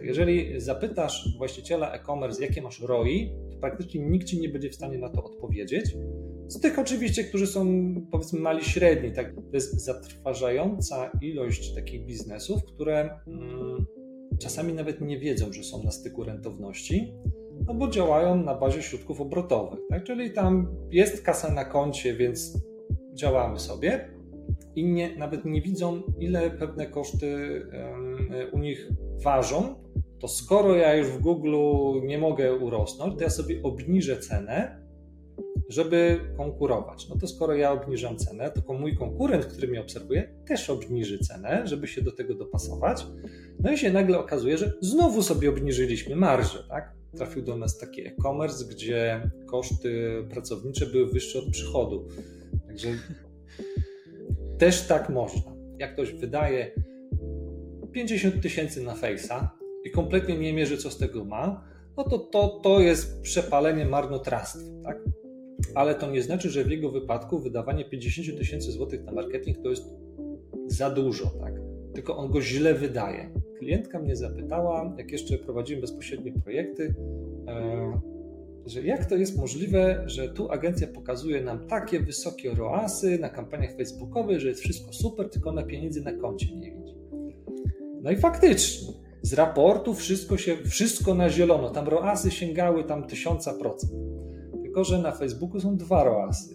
Jeżeli zapytasz właściciela e-commerce, jakie masz ROI, to praktycznie nikt ci nie będzie w stanie na to odpowiedzieć. Z tych oczywiście, którzy są powiedzmy mali, średni. Tak? To jest zatrważająca ilość takich biznesów, które czasami nawet nie wiedzą, że są na styku rentowności, no bo działają na bazie środków obrotowych. Tak? Czyli tam jest kasa na koncie, więc działamy sobie i nawet nie widzą, ile pewne koszty u nich ważą. To skoro ja już w Google nie mogę urosnąć, to ja sobie obniżę cenę, żeby konkurować. No to skoro ja obniżam cenę, to mój konkurent, który mnie obserwuje, też obniży cenę, żeby się do tego dopasować. No i się nagle okazuje, że znowu sobie obniżyliśmy marżę, tak? Trafił do nas taki e-commerce, gdzie koszty pracownicze były wyższe od przychodu. Także też tak można. Jak ktoś wydaje 50 000 na Face'a i kompletnie nie mierzy, co z tego ma, no to jest przepalenie marnotrawstwa, tak? Ale to nie znaczy, że w jego wypadku wydawanie 50 000 złotych na marketing to jest za dużo, tak? Tylko on go źle wydaje. Klientka mnie zapytała, jak jeszcze prowadziłem bezpośrednie projekty, że jak to jest możliwe, że tu agencja pokazuje nam takie wysokie ROASy na kampaniach facebookowych, że jest wszystko super, tylko ona pieniędzy na koncie nie widzi. No i faktycznie, z raportu wszystko na zielono, tam ROASy sięgały tam 1000%. Tylko że na Facebooku są 2 ROASy.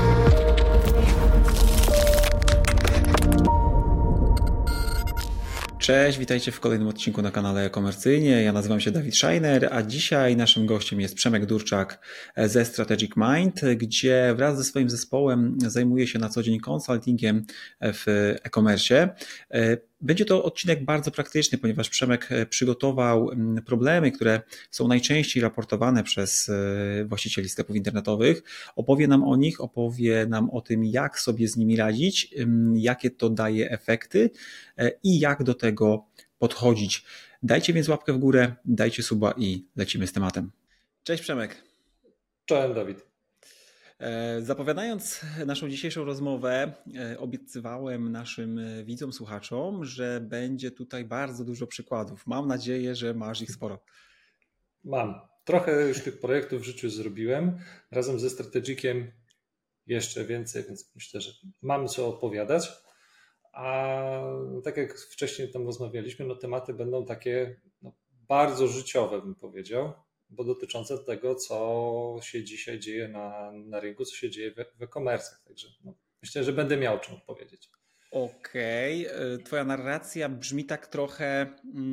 Cześć, witajcie w kolejnym odcinku na kanale Komercyjnie. Ja nazywam się Dawid Scheiner, a dzisiaj naszym gościem jest Przemek Durczak ze Strategic Mind, gdzie wraz ze swoim zespołem zajmuje się na co dzień konsultingiem w e-commerce. Będzie to odcinek bardzo praktyczny, ponieważ Przemek przygotował problemy, które są najczęściej raportowane przez właścicieli sklepów internetowych. Opowie nam o nich, opowie nam o tym, jak sobie z nimi radzić, jakie to daje efekty i jak do tego podchodzić. Dajcie więc łapkę w górę, dajcie suba i lecimy z tematem. Cześć Przemek. Cześć Dawid. Zapowiadając naszą dzisiejszą rozmowę, obiecywałem naszym widzom, słuchaczom, że będzie tutaj bardzo dużo przykładów. Mam nadzieję, że masz ich sporo. Mam. Trochę już tych projektów w życiu zrobiłem. Razem ze Strategiciem jeszcze więcej, więc myślę, że mam co opowiadać. A tak jak wcześniej tam rozmawialiśmy, no tematy będą takie bardzo życiowe, bym powiedział, bo dotyczące tego, co się dzisiaj dzieje na rynku, co się dzieje w e-commerce. Także myślę, że będę miał czym odpowiedzieć. Okej. Twoja narracja brzmi tak trochę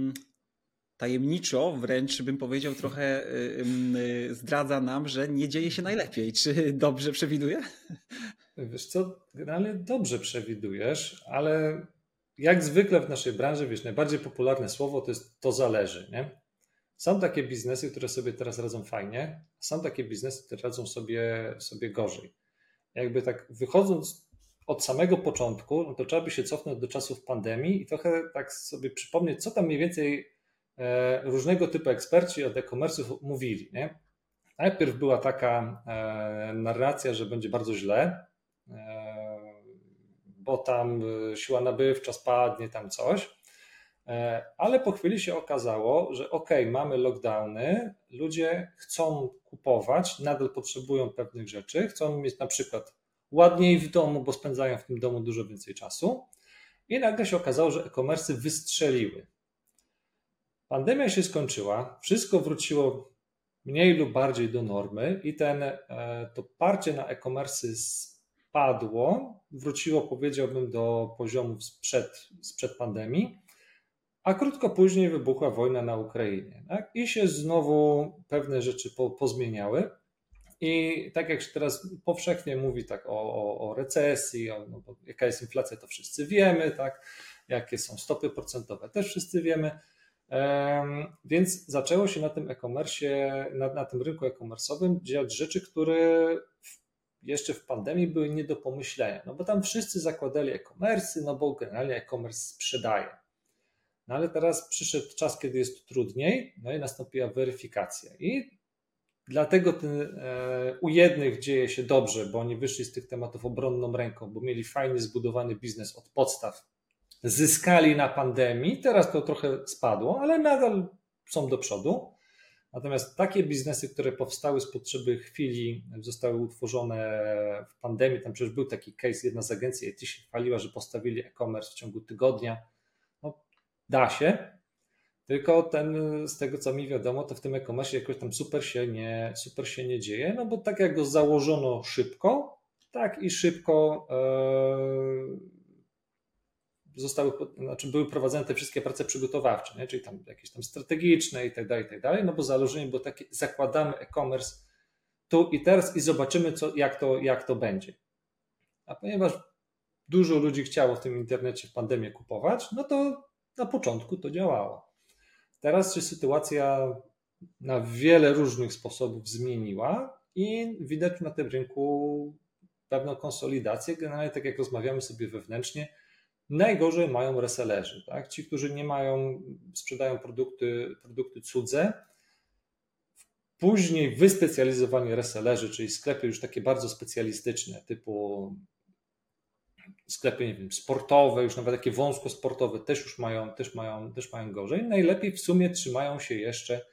tajemniczo, wręcz bym powiedział trochę zdradza nam, że nie dzieje się najlepiej. Czy dobrze przewiduję? Wiesz co, generalnie dobrze przewidujesz, ale jak zwykle w naszej branży, wiesz, najbardziej popularne słowo to jest to zależy, nie? Są takie biznesy, które sobie teraz radzą fajnie, są takie biznesy, które radzą sobie gorzej. Jakby tak wychodząc od samego początku, no to trzeba by się cofnąć do czasów pandemii i trochę tak sobie przypomnieć, co tam mniej więcej różnego typu eksperci od e-commerce'ów mówili, nie? Najpierw była taka narracja, że będzie bardzo źle, bo tam siła nabywcza spadnie, tam coś. Ale po chwili się okazało, że mamy lockdowny, ludzie chcą kupować, nadal potrzebują pewnych rzeczy, chcą mieć na przykład ładniej w domu, bo spędzają w tym domu dużo więcej czasu i nagle się okazało, że e-commerce wystrzeliły. Pandemia się skończyła, wszystko wróciło mniej lub bardziej do normy i to parcie na e-commerce spadło, wróciło, powiedziałbym, do poziomów sprzed pandemii. A krótko później wybuchła wojna na Ukrainie, tak? I się znowu pewne rzeczy pozmieniały. I tak jak się teraz powszechnie mówi tak o recesji, jaka jest inflacja, to wszyscy wiemy, tak? Jakie są stopy procentowe, też wszyscy wiemy. Więc zaczęło się na tym e-commerce, na tym rynku e-commerce'owym dziać rzeczy, które jeszcze w pandemii były nie do pomyślenia. No bo tam wszyscy zakładali e-commerce, no bo generalnie e-commerce sprzedaje. No ale teraz przyszedł czas, kiedy jest trudniej, no i nastąpiła weryfikacja. I dlatego u jednych dzieje się dobrze, bo oni wyszli z tych tematów obronną ręką, bo mieli fajnie zbudowany biznes od podstaw, zyskali na pandemii, teraz to trochę spadło, ale nadal są do przodu. Natomiast takie biznesy, które powstały z potrzeby chwili, zostały utworzone w pandemii, tam przecież był taki case, jedna z agencji IT się chwaliła, że postawili e-commerce w ciągu tygodnia. No, da się, tylko z tego co mi wiadomo, to w tym e-commerce jakoś tam super się nie dzieje, no bo tak jak go założono szybko, tak i szybko były prowadzone te wszystkie prace przygotowawcze, nie? Czyli tam jakieś tam strategiczne i tak dalej, no bo założenie było takie, zakładamy e-commerce tu i teraz i zobaczymy, jak to będzie. A ponieważ dużo ludzi chciało w tym internecie w pandemię kupować, no to na początku to działało. Teraz się sytuacja na wiele różnych sposobów zmieniła i widać na tym rynku pewną konsolidację. Generalnie tak jak rozmawiamy sobie wewnętrznie, najgorzej mają resellerzy. Tak? Ci, którzy nie mają, sprzedają produkty cudze. Później wyspecjalizowani resellerzy, czyli sklepy już takie bardzo specjalistyczne, typu sklepy, nie wiem, sportowe, już nawet takie wąsko sportowe też mają gorzej. Najlepiej w sumie trzymają się jeszcze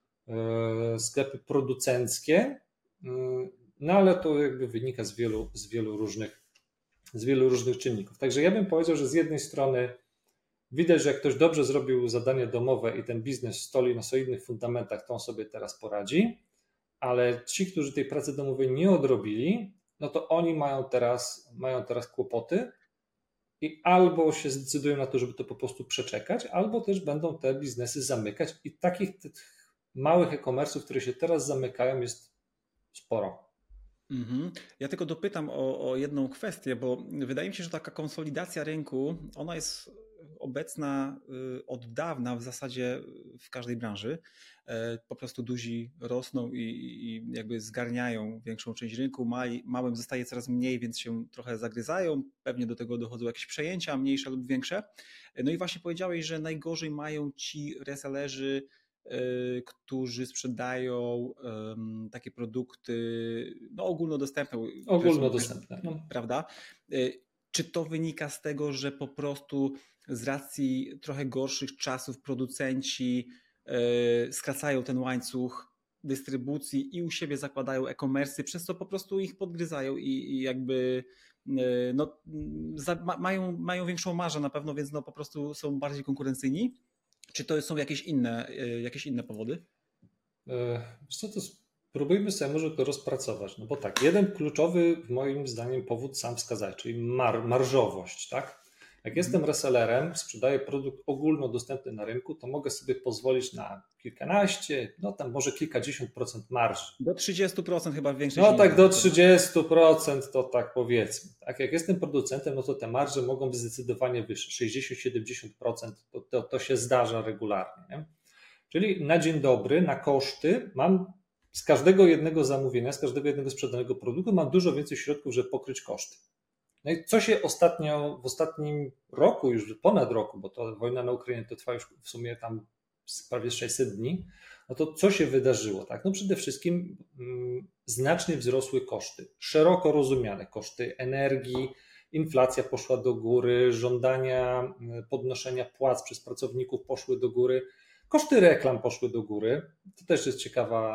sklepy producenckie, no ale to jakby wynika z wielu różnych czynników. Także ja bym powiedział, że z jednej strony widać, że jak ktoś dobrze zrobił zadanie domowe i ten biznes stoi na solidnych fundamentach, to on sobie teraz poradzi, ale ci, którzy tej pracy domowej nie odrobili, no to oni mają teraz kłopoty i albo się zdecydują na to, żeby to po prostu przeczekać, albo też będą te biznesy zamykać i takich małych e-commerce'ów, które się teraz zamykają, jest sporo. Ja tylko dopytam o jedną kwestię, bo wydaje mi się, że taka konsolidacja rynku, ona jest obecna od dawna w zasadzie w każdej branży. Po prostu duzi rosną i jakby zgarniają większą część rynku, małym zostaje coraz mniej, więc się trochę zagryzają, pewnie do tego dochodzą jakieś przejęcia, mniejsze lub większe. No i właśnie powiedziałeś, że najgorzej mają ci resellerzy, którzy sprzedają takie produkty ogólnodostępne. Ogólnodostępne. No. Prawda? Czy to wynika z tego, że po prostu z racji trochę gorszych czasów producenci skracają ten łańcuch dystrybucji i u siebie zakładają e-commerce, przez co po prostu ich podgryzają i jakby mają większą marżę na pewno, więc po prostu są bardziej konkurencyjni? Czy to są jakieś inne powody? Spróbujmy sobie może to rozpracować. No bo tak, jeden kluczowy moim zdaniem powód sam wskazać, czyli marżowość, tak? Jak jestem resellerem, sprzedaję produkt ogólnodostępny na rynku, to mogę sobie pozwolić na kilkanaście, no tam może kilkadziesiąt procent marży. Do 30% chyba w większości. No tak, do 30% to tak powiedzmy. Tak, jak jestem producentem, no to te marże mogą być zdecydowanie wyższe. 60-70% to się zdarza regularnie. Nie? Czyli na dzień dobry, na koszty mam z każdego jednego zamówienia, z każdego jednego sprzedanego produktu mam dużo więcej środków, żeby pokryć koszty. No i co się w ostatnim roku, już ponad roku, bo to wojna na Ukrainie to trwa już w sumie tam prawie 600 dni, no to co się wydarzyło? Tak? No przede wszystkim znacznie wzrosły koszty, szeroko rozumiane koszty energii, inflacja poszła do góry, żądania podnoszenia płac przez pracowników poszły do góry, koszty reklam poszły do góry. To też jest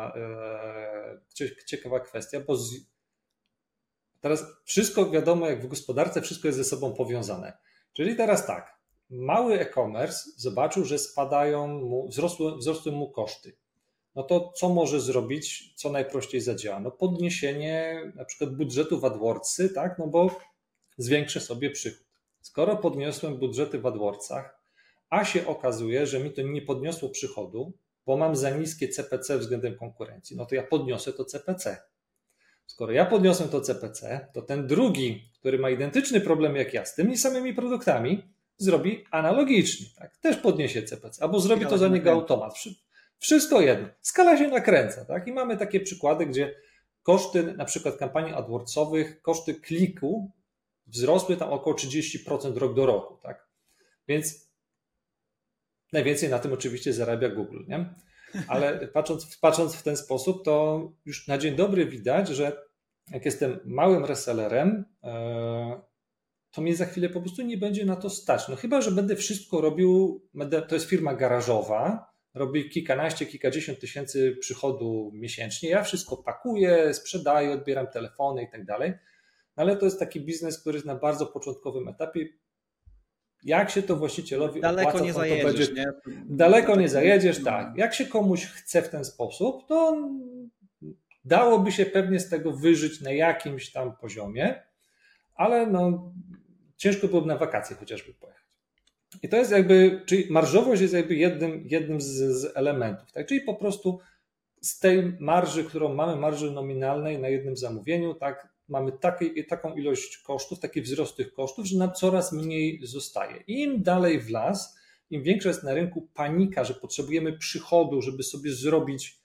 ciekawa kwestia, bo teraz wszystko wiadomo, jak w gospodarce, wszystko jest ze sobą powiązane. Czyli teraz tak, mały e-commerce zobaczył, że wzrosły mu koszty. No to co może zrobić, co najprościej zadziała? No podniesienie na przykład budżetu w AdWordsy, tak? No bo zwiększę sobie przychód. Skoro podniosłem budżety w AdWordsach, a się okazuje, że mi to nie podniosło przychodu, bo mam za niskie CPC względem konkurencji, no to ja podniosę to CPC. Skoro ja podniosłem to CPC, to ten drugi, który ma identyczny problem jak ja z tymi samymi produktami, zrobi analogicznie. Tak? Też podniesie CPC, albo zrobi to za niego automat. Wszystko jedno. Skala się nakręca. Tak? I mamy takie przykłady, gdzie koszty na przykład kampanii AdWordsowych, koszty kliku wzrosły tam około 30% rok do roku. Tak? Więc najwięcej na tym oczywiście zarabia Google. Nie? Ale patrząc w ten sposób, to już na dzień dobry widać, że jak jestem małym resellerem, to mnie za chwilę po prostu nie będzie na to stać. No chyba, że będę wszystko robił, to jest firma garażowa, robi kilkanaście, kilkadziesiąt tysięcy przychodu miesięcznie. Ja wszystko pakuję, sprzedaję, odbieram telefony i tak dalej. No ale to jest taki biznes, który jest na bardzo początkowym etapie. Jak się to właścicielowi daleko opłaca, nie to zajedziesz, będzie... nie? Daleko nie zajedziesz, tak. Jak się komuś chce w ten sposób, to dałoby się pewnie z tego wyżyć na jakimś tam poziomie, ale no, ciężko byłoby na wakacje chociażby pojechać. I to jest jakby, czyli marżowość jest jakby jednym z elementów, tak? Czyli po prostu z tej marży, którą mamy, marży nominalnej na jednym zamówieniu, tak, mamy taką ilość kosztów, taki wzrost tych kosztów, że nam coraz mniej zostaje. I im dalej w las, im większa jest na rynku panika, że potrzebujemy przychodu, żeby sobie zrobić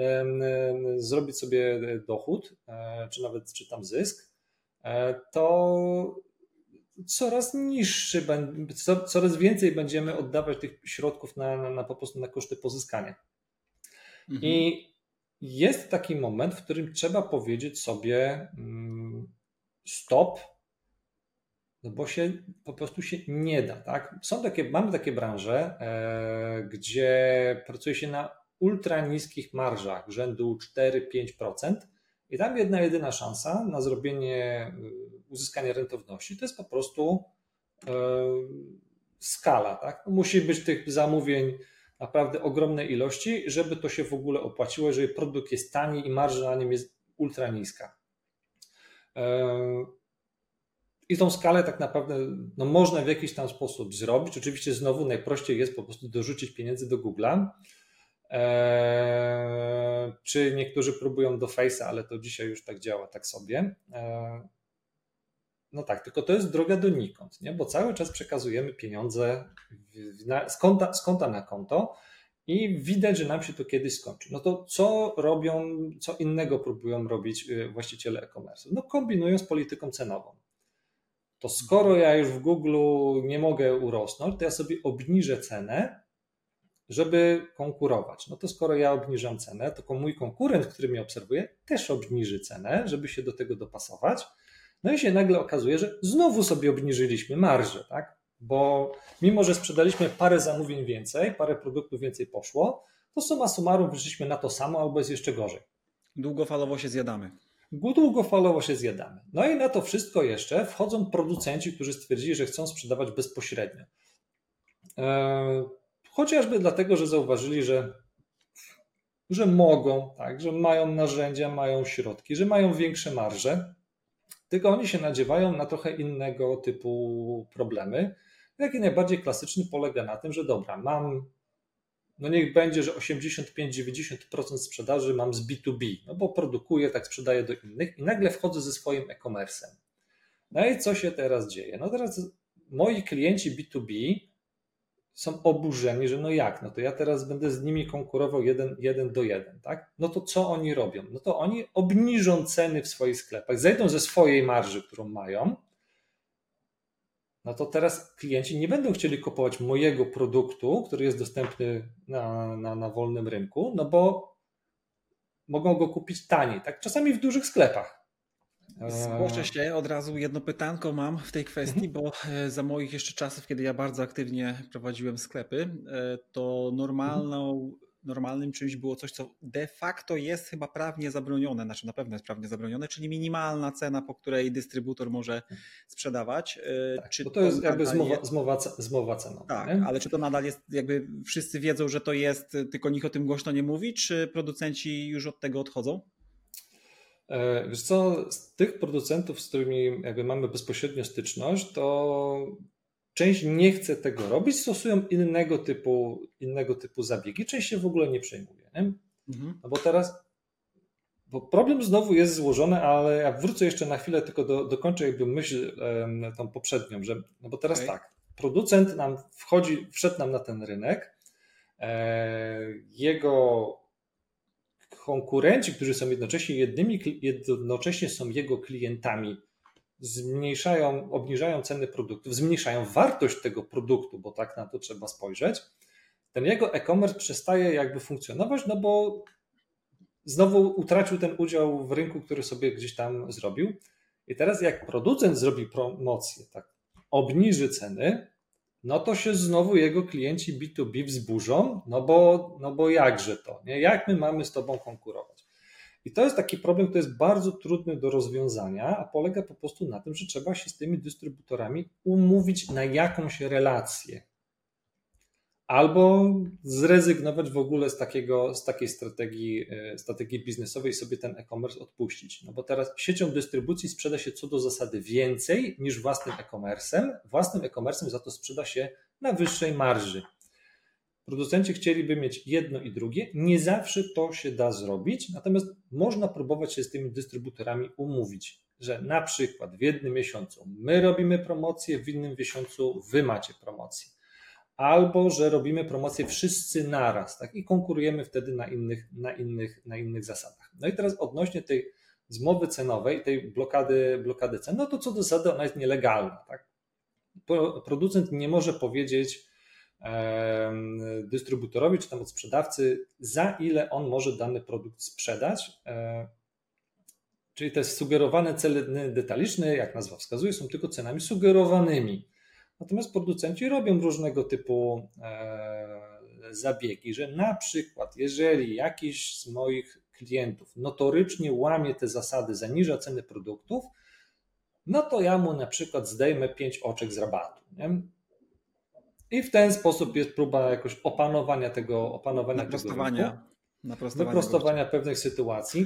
sobie dochód, czy tam zysk, to coraz niższy, coraz więcej będziemy oddawać tych środków po prostu na koszty pozyskania. I jest taki moment, w którym trzeba powiedzieć sobie stop, no bo się po prostu się nie da. Tak? Mamy takie branże, gdzie pracuje się na ultra niskich marżach, rzędu 4-5%, i tam jedyna szansa na uzyskanie rentowności to jest po prostu skala. Tak? Musi być tych zamówień naprawdę ogromnej ilości, żeby to się w ogóle opłaciło, jeżeli produkt jest tani i marża na nim jest ultra niska. I tą skalę tak naprawdę no, można w jakiś tam sposób zrobić. Oczywiście znowu najprościej jest po prostu dorzucić pieniędzy do Google'a. Czy niektórzy próbują do Face'a, ale to dzisiaj już tak działa, tak sobie. No tak, tylko to jest droga donikąd, nie? Bo cały czas przekazujemy pieniądze z konta na konto i widać, że nam się to kiedyś skończy. No to co innego próbują robić właściciele e-commerce? No kombinują z polityką cenową. To skoro ja już w Google nie mogę urosnąć, to ja sobie obniżę cenę, żeby konkurować. No to skoro ja obniżam cenę, to mój konkurent, który mnie obserwuje, też obniży cenę, żeby się do tego dopasować. No i się nagle okazuje, że znowu sobie obniżyliśmy marżę, tak? Bo mimo, że sprzedaliśmy parę zamówień więcej, parę produktów więcej poszło, to summa summarum wyszliśmy na to samo, albo jest jeszcze gorzej. Długofalowo się zjadamy. Długofalowo się zjadamy. No i na to wszystko jeszcze wchodzą producenci, którzy stwierdzili, że chcą sprzedawać bezpośrednio. Chociażby dlatego, że zauważyli, że mogą, tak, że mają narzędzia, mają środki, że mają większe marże, tylko oni się nadziewają na trochę innego typu problemy. Taki najbardziej klasyczny polega na tym, że dobra, no niech będzie, że 85-90% sprzedaży mam z B2B, no bo produkuję, tak sprzedaję do innych i nagle wchodzę ze swoim e-commerce'em. No i co się teraz dzieje? No teraz moi klienci B2B są oburzeni, że no jak, no to ja teraz będę z nimi konkurował 1 do 1, tak? No to co oni robią? No to oni obniżą ceny w swoich sklepach, zejdą ze swojej marży, którą mają, no to teraz klienci nie będą chcieli kupować mojego produktu, który jest dostępny na wolnym rynku, no bo mogą go kupić taniej, tak? Czasami w dużych sklepach. Zgłoszę się, od razu jedno pytanko mam w tej kwestii, bo za moich jeszcze czasów, kiedy ja bardzo aktywnie prowadziłem sklepy, to normalnym czymś było coś, co de facto jest chyba prawnie zabronione, znaczy na pewno jest prawnie zabronione, czyli minimalna cena, po której dystrybutor może sprzedawać. Tak, bo to jest jakby zmowa cenowa. Tak, nie? Ale czy to nadal jest, jakby wszyscy wiedzą, że to jest, tylko nikt o tym głośno nie mówi, czy producenci już od tego odchodzą? Wiesz co, z tych producentów, z którymi jakby mamy bezpośrednio styczność, to część nie chce tego robić, stosują innego typu zabiegi, część się w ogóle nie przejmuje. Nie? No bo problem znowu jest złożony, ale ja wrócę jeszcze na chwilę, tylko dokończę jakby myśl tą poprzednią, że no bo teraz tak, producent wszedł nam na ten rynek, jego konkurenci, którzy są jednocześnie są jego klientami, obniżają ceny produktów, zmniejszają wartość tego produktu, bo tak na to trzeba spojrzeć, ten jego e-commerce przestaje jakby funkcjonować, no bo znowu utracił ten udział w rynku, który sobie gdzieś tam zrobił. I teraz jak producent zrobi promocję, tak, obniży ceny, no to się znowu jego klienci B2B wzburzą, no bo jakże to, nie? Jak my mamy z tobą konkurować? I to jest taki problem, który jest bardzo trudny do rozwiązania, a polega po prostu na tym, że trzeba się z tymi dystrybutorami umówić na jakąś relację. Albo zrezygnować w ogóle z takiej strategii biznesowej i sobie ten e-commerce odpuścić. No bo teraz siecią dystrybucji sprzeda się co do zasady więcej niż własnym e-commerce'em. Własnym e-commerce'em za to sprzeda się na wyższej marży. Producenci chcieliby mieć jedno i drugie. Nie zawsze to się da zrobić, natomiast można próbować się z tymi dystrybutorami umówić, że na przykład w jednym miesiącu my robimy promocję, w innym miesiącu wy macie promocję. Albo że robimy promocję wszyscy naraz, tak? I konkurujemy wtedy na innych zasadach. No i teraz odnośnie tej zmowy cenowej, tej blokady cen, no to co do zasady ona jest nielegalna. Tak? Producent nie może powiedzieć dystrybutorowi czy tam od sprzedawcy, za ile on może dany produkt sprzedać. Czyli te sugerowane ceny detaliczne, jak nazwa wskazuje, są tylko cenami sugerowanymi. Natomiast producenci robią różnego typu zabiegi, że na przykład jeżeli jakiś z moich klientów notorycznie łamie te zasady, zaniża ceny produktów, no to ja mu na przykład zdejmę 5 oczek z rabatu. Nie? I w ten sposób jest próba jakoś opanowania tego wyprostowania pewnych sytuacji.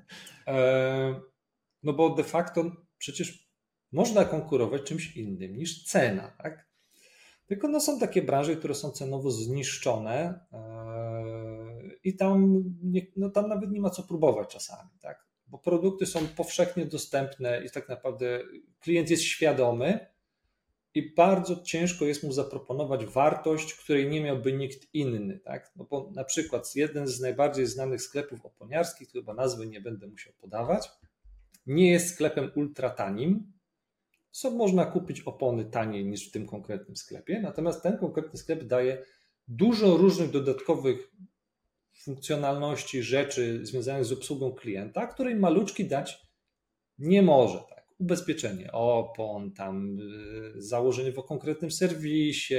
No bo de facto przecież można konkurować czymś innym niż cena. Tak? Tylko no są takie branże, które są cenowo zniszczone i tam nawet nie ma co próbować czasami. Tak? Bo produkty są powszechnie dostępne i tak naprawdę klient jest świadomy i bardzo ciężko jest mu zaproponować wartość, której nie miałby nikt inny. Tak? No bo na przykład jeden z najbardziej znanych sklepów oponiarskich, chyba nazwy nie będę musiał podawać, nie jest sklepem ultra tanim. Można kupić opony taniej niż w tym konkretnym sklepie, natomiast ten konkretny sklep daje dużo różnych dodatkowych funkcjonalności, rzeczy związanych z obsługą klienta, której maluczki dać nie może. Tak? Ubezpieczenie opon, tam założenie w konkretnym serwisie,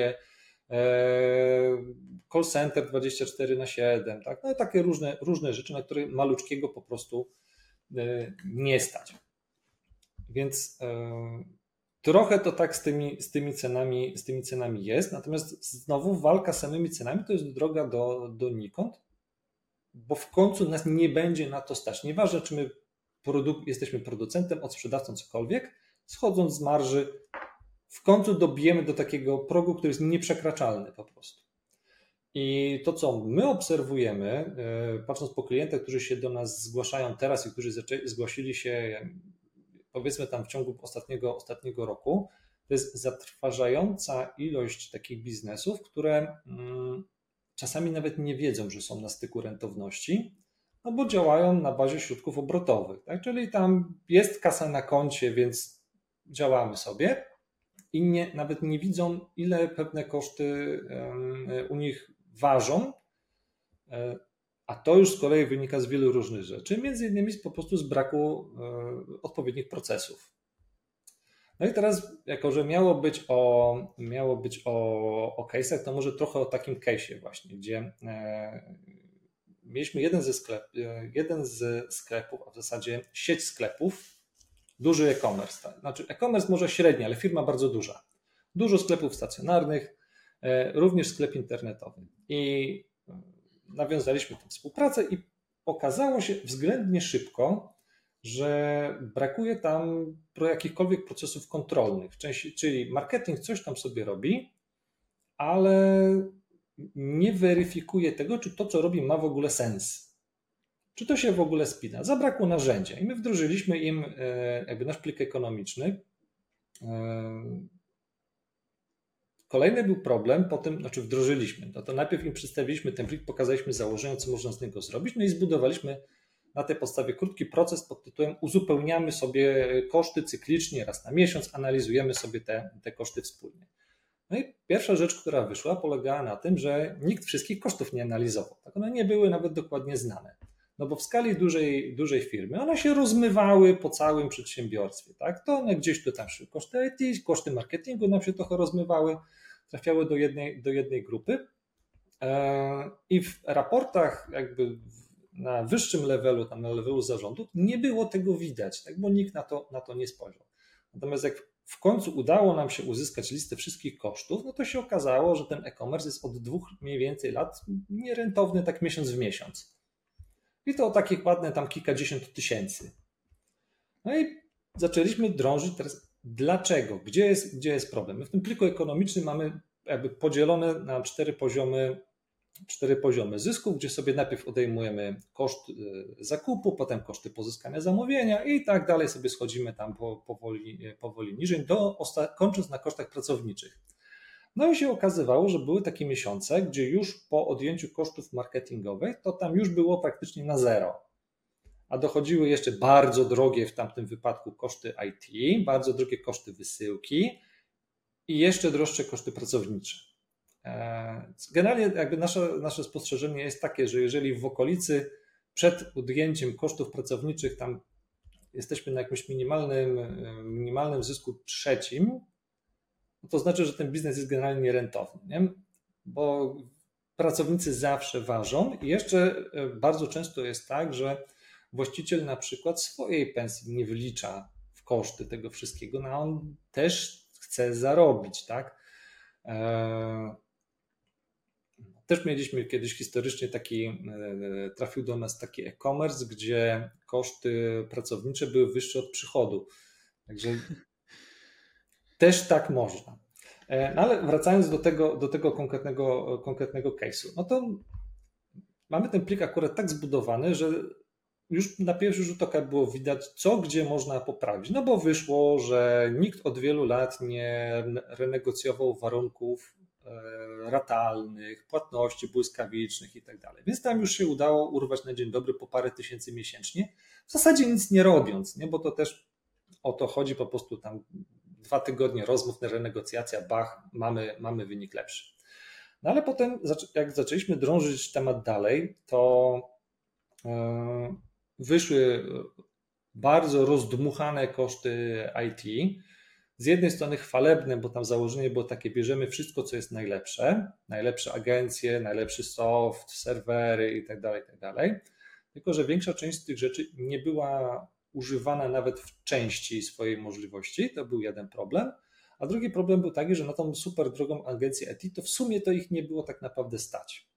call center 24/7, tak? No, takie różne rzeczy, na które maluczkiego po prostu nie stać. Więc trochę to tak z tymi cenami jest, natomiast znowu walka z samymi cenami to jest droga donikąd, bo w końcu nas nie będzie na to stać. Nieważne, czy my jesteśmy producentem, od sprzedawcą, cokolwiek, schodząc z marży, w końcu dobijemy do takiego progu, który jest nieprzekraczalny po prostu. I to, co my obserwujemy, patrząc po klientach, którzy się do nas zgłaszają teraz i którzy zgłosili się powiedzmy tam w ciągu ostatniego roku, to jest zatrważająca ilość takich biznesów, które czasami nawet nie wiedzą, że są na styku rentowności, no bo działają na bazie środków obrotowych. Tak? Czyli tam jest kasa na koncie, więc działamy sobie i nawet nie widzą, ile pewne koszty u nich ważą, a to już z kolei wynika z wielu różnych rzeczy, między innymi po prostu z braku odpowiednich procesów. No i teraz, jako że miało być o case'ach, to może trochę o takim case'ie właśnie, gdzie mieliśmy jeden z sklepów, a w zasadzie sieć sklepów, duży e-commerce. Tak? Znaczy e-commerce może średni, ale firma bardzo duża. Dużo sklepów stacjonarnych, również sklep internetowy. I nawiązaliśmy tę współpracę i okazało się względnie szybko, że brakuje tam jakichkolwiek procesów kontrolnych. Czyli marketing coś tam sobie robi, ale nie weryfikuje tego, czy to, co robi, ma w ogóle sens. Czy to się w ogóle spina. Zabrakło narzędzia i my wdrożyliśmy im jakby nasz plik ekonomiczny. Kolejny był problem, wdrożyliśmy. To najpierw im przedstawiliśmy ten plik, pokazaliśmy założenia, co można z niego zrobić, no i zbudowaliśmy na tej podstawie krótki proces pod tytułem uzupełniamy sobie koszty cyklicznie, raz na miesiąc, analizujemy sobie te koszty wspólnie. No i pierwsza rzecz, która wyszła, polegała na tym, że nikt wszystkich kosztów nie analizował. Tak, one nie były nawet dokładnie znane. No bo w skali dużej firmy one się rozmywały po całym przedsiębiorstwie. Tak? To one gdzieś tu tam szły koszty IT, koszty marketingu nam się trochę rozmywały. trafiały do jednej grupy i w raportach jakby na wyższym levelu, tam na levelu zarządu, nie było tego widać, tak, bo nikt na to nie spojrzał. Natomiast jak w końcu udało nam się uzyskać listę wszystkich kosztów, no to się okazało, że ten e-commerce jest od 2 mniej więcej lat nierentowny tak miesiąc w miesiąc. I to o takich ładne tam kilkadziesiąt tysięcy. No i zaczęliśmy drążyć teraz, dlaczego? Gdzie jest problem? My w tym pliku ekonomicznym mamy jakby podzielone na 4 poziomy zysków, gdzie sobie najpierw odejmujemy koszt zakupu, potem koszty pozyskania zamówienia i tak dalej sobie schodzimy tam powoli niżej, kończąc na kosztach pracowniczych. No i się okazywało, że były takie miesiące, gdzie już po odjęciu kosztów marketingowych, to tam już było praktycznie na zero. A dochodziły jeszcze bardzo drogie w tamtym wypadku koszty IT, bardzo drogie koszty wysyłki i jeszcze droższe koszty pracownicze. Generalnie jakby nasze spostrzeżenie jest takie, że jeżeli w okolicy przed odjęciem kosztów pracowniczych tam jesteśmy na jakimś minimalnym zysku trzecim, to znaczy, że ten biznes jest generalnie nierentowny, nie? Bo pracownicy zawsze ważą i jeszcze bardzo często jest tak, że właściciel na przykład swojej pensji nie wlicza w koszty tego wszystkiego, no a on też chce zarobić, tak? Też mieliśmy kiedyś historycznie trafił do nas taki e-commerce, gdzie koszty pracownicze były wyższe od przychodu. Także też tak można. No ale wracając do tego konkretnego case'u, no to mamy ten plik akurat tak zbudowany, że już na pierwszy rzut oka było widać, co gdzie można poprawić. No bo wyszło, że nikt od wielu lat nie renegocjował warunków ratalnych, płatności błyskawicznych i tak dalej. Więc tam już się udało urwać na dzień dobry po parę tysięcy miesięcznie, w zasadzie nic nie robiąc, nie? Bo to też o to chodzi, po prostu tam 2 tygodnie rozmów, renegocjacja, bach, mamy wynik lepszy. No ale potem, jak zaczęliśmy drążyć temat dalej, to wyszły bardzo rozdmuchane koszty IT. Z jednej strony chwalebne, bo tam założenie było takie, bierzemy wszystko, co jest najlepsze agencje, najlepszy soft, serwery i tak dalej, tylko że większa część z tych rzeczy nie była używana nawet w części swojej możliwości, to był jeden problem, a drugi problem był taki, że na tą super drogą agencję IT to w sumie to ich nie było tak naprawdę stać.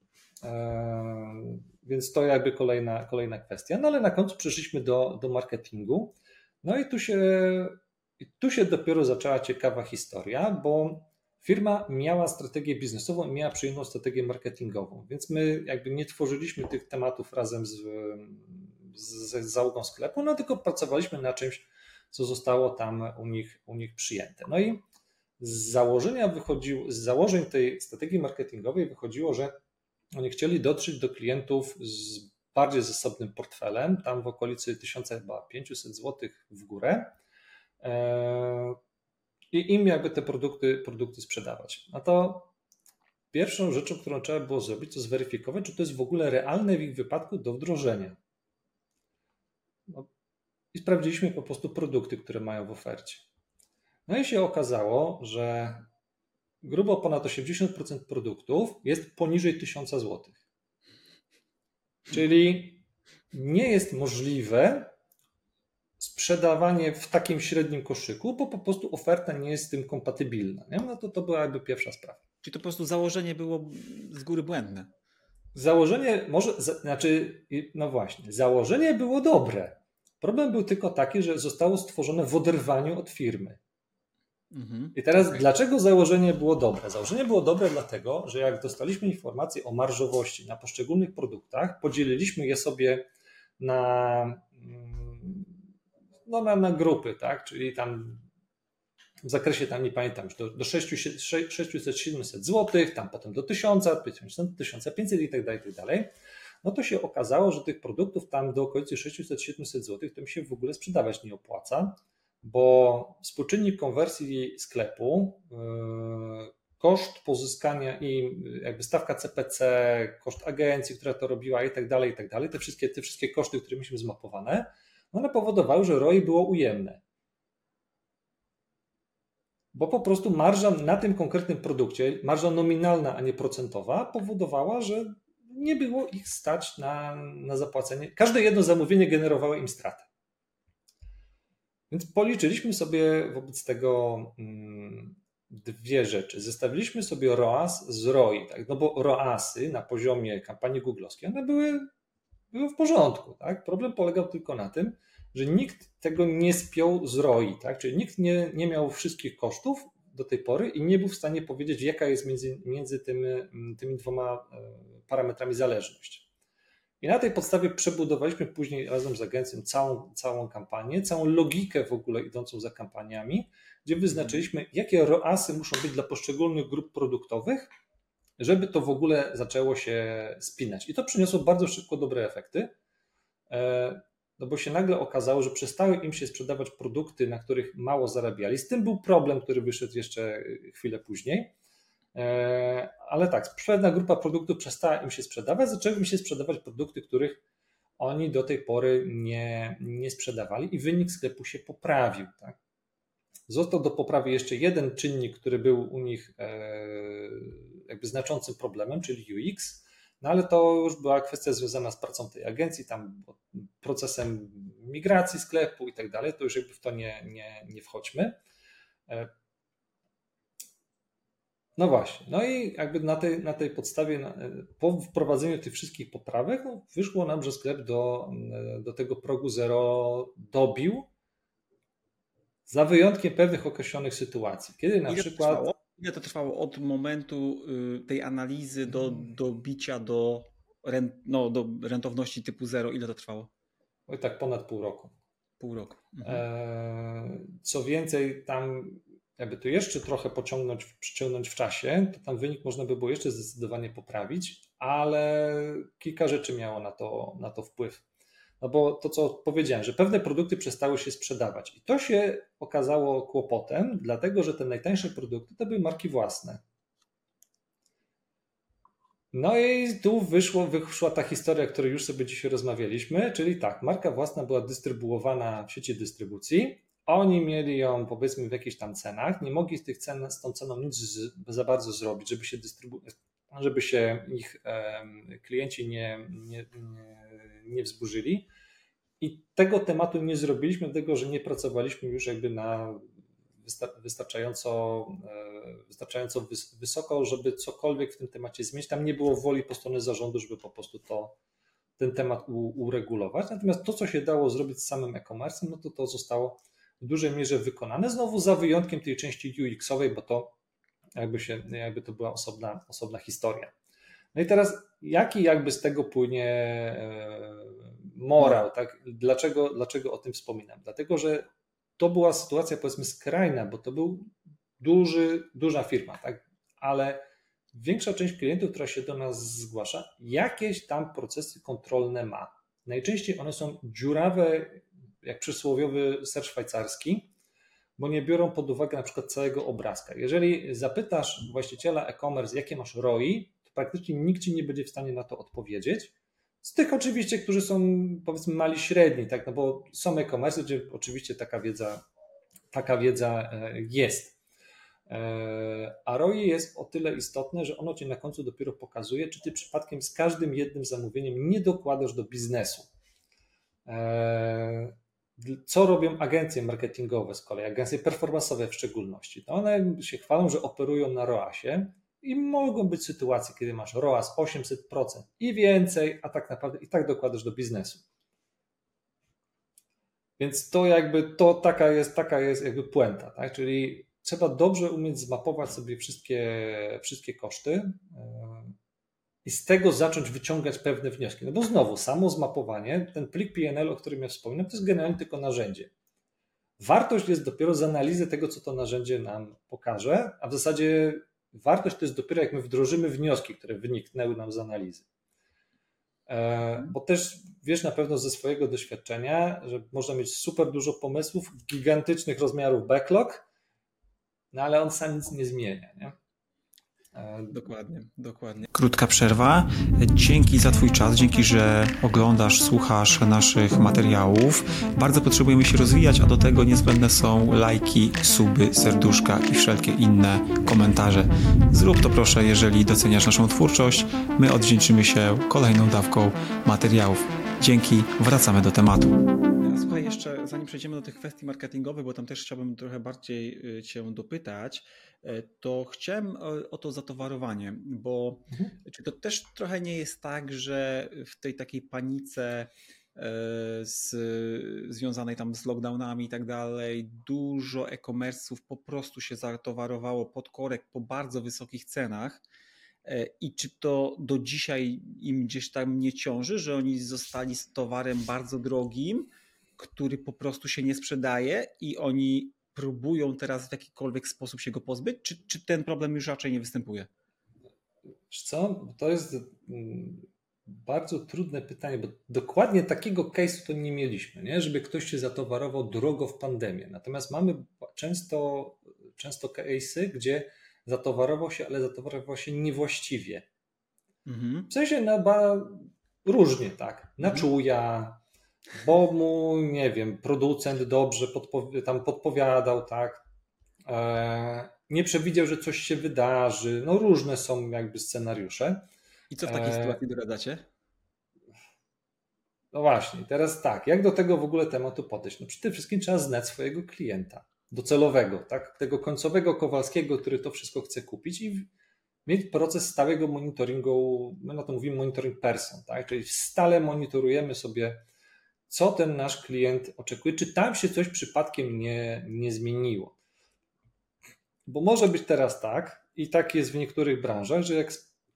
Więc to jakby kolejna kwestia. No ale na końcu przeszliśmy do marketingu. No i tu się dopiero zaczęła ciekawa historia, bo firma miała strategię biznesową i miała przyjemną strategię marketingową, więc my jakby nie tworzyliśmy tych tematów razem z załogą sklepu, no tylko pracowaliśmy na czymś, co zostało tam u nich przyjęte. No i z założeń tej strategii marketingowej wychodziło, że oni chcieli dotrzeć do klientów z bardziej zasobnym portfelem, tam w okolicy 1500 zł w górę i im jakby te produkty sprzedawać. No to pierwszą rzeczą, którą trzeba było zrobić, to zweryfikować, czy to jest w ogóle realne w ich wypadku do wdrożenia. No, i sprawdziliśmy po prostu produkty, które mają w ofercie. No i się okazało, że grubo ponad 80% produktów jest poniżej 1000 zł. Czyli nie jest możliwe sprzedawanie w takim średnim koszyku, bo po prostu oferta nie jest z tym kompatybilna. Nie? No to była jakby pierwsza sprawa. Czyli to po prostu założenie było z góry błędne. Założenie no właśnie, założenie było dobre. Problem był tylko taki, że zostało stworzone w oderwaniu od firmy. I teraz dlaczego założenie było dobre? Założenie było dobre dlatego, że jak dostaliśmy informacje o marżowości na poszczególnych produktach, podzieliliśmy je sobie na grupy, tak? Czyli tam w zakresie, tam nie pamiętam, do 600-700 zł, tam potem do 1000, 1500 i tak dalej, no to się okazało, że tych produktów tam do okolicy 600-700 zł to mi się w ogóle sprzedawać nie opłaca, bo współczynnik konwersji sklepu, koszt pozyskania i jakby stawka CPC, koszt agencji, która to robiła i tak dalej, te wszystkie koszty, które mieliśmy zmapowane, one powodowały, że ROI było ujemne. bo po prostu marża na tym konkretnym produkcie, marża nominalna, a nie procentowa, powodowała, że nie było ich stać na zapłacenie. Każde jedno zamówienie generowało im stratę. Więc policzyliśmy sobie wobec tego dwie rzeczy. Zestawiliśmy sobie ROAS z ROI, tak? No bo ROASy na poziomie kampanii googlowskiej, one były w porządku. Tak? Problem polegał tylko na tym, że nikt tego nie spiął z ROI, tak? Czyli nikt nie miał wszystkich kosztów do tej pory i nie był w stanie powiedzieć, jaka jest między tymi dwoma parametrami zależność. I na tej podstawie przebudowaliśmy później razem z agencją całą kampanię, całą logikę w ogóle idącą za kampaniami, gdzie wyznaczyliśmy, jakie ROASy muszą być dla poszczególnych grup produktowych, żeby to w ogóle zaczęło się spinać. I to przyniosło bardzo szybko dobre efekty, no bo się nagle okazało, że przestały im się sprzedawać produkty, na których mało zarabiali. Z tym był problem, który wyszedł jeszcze chwilę później. Ale tak, pewna grupa produktów przestała im się sprzedawać, zaczęły im się sprzedawać produkty, których oni do tej pory nie sprzedawali i wynik sklepu się poprawił. Tak? Został do poprawy jeszcze jeden czynnik, który był u nich jakby znaczącym problemem, czyli UX, no ale to już była kwestia związana z pracą tej agencji, tam procesem migracji sklepu i tak dalej, to już jakby w to nie wchodźmy. No właśnie, no i jakby na tej podstawie, po wprowadzeniu tych wszystkich poprawek, no wyszło nam, że sklep do tego progu 0 dobił, za wyjątkiem pewnych określonych sytuacji. Kiedy na przykład... Ile to trwało od momentu tej analizy do dobicia do rentowności typu 0? Ile to trwało? Oj, tak ponad pół roku. Pół roku. Co więcej, tam jakby to jeszcze trochę przyciągnąć w czasie, to tam wynik można by było jeszcze zdecydowanie poprawić, ale kilka rzeczy miało na to wpływ. No bo to, co powiedziałem, że pewne produkty przestały się sprzedawać i to się okazało kłopotem, dlatego że te najtańsze produkty to były marki własne. No i tu wyszła ta historia, o której już sobie dzisiaj rozmawialiśmy, czyli tak, marka własna była dystrybuowana w sieci dystrybucji, oni mieli ją powiedzmy w jakichś tam cenach, nie mogli z tą ceną nic za bardzo zrobić, żeby się ich klienci nie wzburzyli. I tego tematu nie zrobiliśmy, dlatego że nie pracowaliśmy już jakby na wystarczająco wysoko, żeby cokolwiek w tym temacie zmienić. Tam nie było woli po stronie zarządu, żeby po prostu ten temat uregulować. Natomiast to, co się dało zrobić z samym e-commerce'em, no to zostało w dużej mierze wykonane. Znowu za wyjątkiem tej części UX-owej, bo to jakby to była osobna historia. No i teraz jaki jakby z tego płynie morał, tak? Dlaczego o tym wspominam? Dlatego, że to była sytuacja powiedzmy skrajna, bo to był duża firma, tak? Ale większa część klientów, która się do nas zgłasza, jakieś tam procesy kontrolne ma. Najczęściej one są dziurawe, jak przysłowiowy ser szwajcarski, bo nie biorą pod uwagę na przykład całego obrazka. Jeżeli zapytasz właściciela e-commerce, jakie masz ROI, to praktycznie nikt ci nie będzie w stanie na to odpowiedzieć. Z tych oczywiście, którzy są powiedzmy mali, średni, tak? No bo są e-commerce, gdzie oczywiście taka wiedza jest. A ROI jest o tyle istotne, że ono ci na końcu dopiero pokazuje, czy ty przypadkiem z każdym jednym zamówieniem nie dokładasz do biznesu. Co robią agencje marketingowe z kolei, agencje performance'owe w szczególności? To one się chwalą, że operują na ROAS-ie i mogą być sytuacje, kiedy masz ROAS 800% i więcej, a tak naprawdę i tak dokładasz do biznesu. Więc to taka jest jakby puenta, tak? Czyli trzeba dobrze umieć zmapować sobie wszystkie koszty i z tego zacząć wyciągać pewne wnioski. No bo znowu, samo zmapowanie, ten plik PNL, o którym ja wspominam, to jest generalnie tylko narzędzie. Wartość jest dopiero z analizy tego, co to narzędzie nam pokaże, a w zasadzie wartość to jest dopiero jak my wdrożymy wnioski, które wyniknęły nam z analizy. Bo też wiesz na pewno ze swojego doświadczenia, że można mieć super dużo pomysłów, gigantycznych rozmiarów backlog, no ale on sam nic nie zmienia, nie? Dokładnie. Krótka przerwa. Dzięki za Twój czas, dzięki, że oglądasz, słuchasz naszych materiałów. Bardzo potrzebujemy się rozwijać, a do tego niezbędne są lajki, suby, serduszka i wszelkie inne komentarze. Zrób to proszę, jeżeli doceniasz naszą twórczość. My odwdzięczymy się kolejną dawką materiałów. Dzięki, wracamy do tematu. Słuchaj, jeszcze zanim przejdziemy do tych kwestii marketingowych, bo tam też chciałbym trochę bardziej Cię dopytać, to chciałem o to zatowarowanie, bo czy to też trochę nie jest tak, że w tej takiej panice związanej tam z lockdownami i tak dalej, dużo e-commerce'ów po prostu się zatowarowało pod korek po bardzo wysokich cenach i czy to do dzisiaj im gdzieś tam nie ciąży, że oni zostali z towarem bardzo drogim, który po prostu się nie sprzedaje i oni próbują teraz w jakikolwiek sposób się go pozbyć, czy ten problem już raczej nie występuje? Wiesz co, to jest bardzo trudne pytanie, bo dokładnie takiego case'u to nie mieliśmy, nie? Żeby ktoś się zatowarował drogo w pandemię. Natomiast mamy często case'y, gdzie zatowarował się, ale zatowarował się niewłaściwie. W sensie różnie, tak. Na czuja, bo mu, nie wiem, producent dobrze tam podpowiadał, tak. Nie przewidział, że coś się wydarzy. No różne są jakby scenariusze. I co w takiej sytuacji doradzacie? No właśnie, teraz tak, jak do tego w ogóle tematu podejść? No przede wszystkim trzeba znać swojego klienta docelowego, tak? Tego końcowego Kowalskiego, który to wszystko chce kupić i mieć proces stałego monitoringu, my na to mówimy monitoring person, tak? Czyli stale monitorujemy sobie, co ten nasz klient oczekuje, czy tam się coś przypadkiem nie zmieniło. Bo może być teraz tak, i tak jest w niektórych branżach, że jak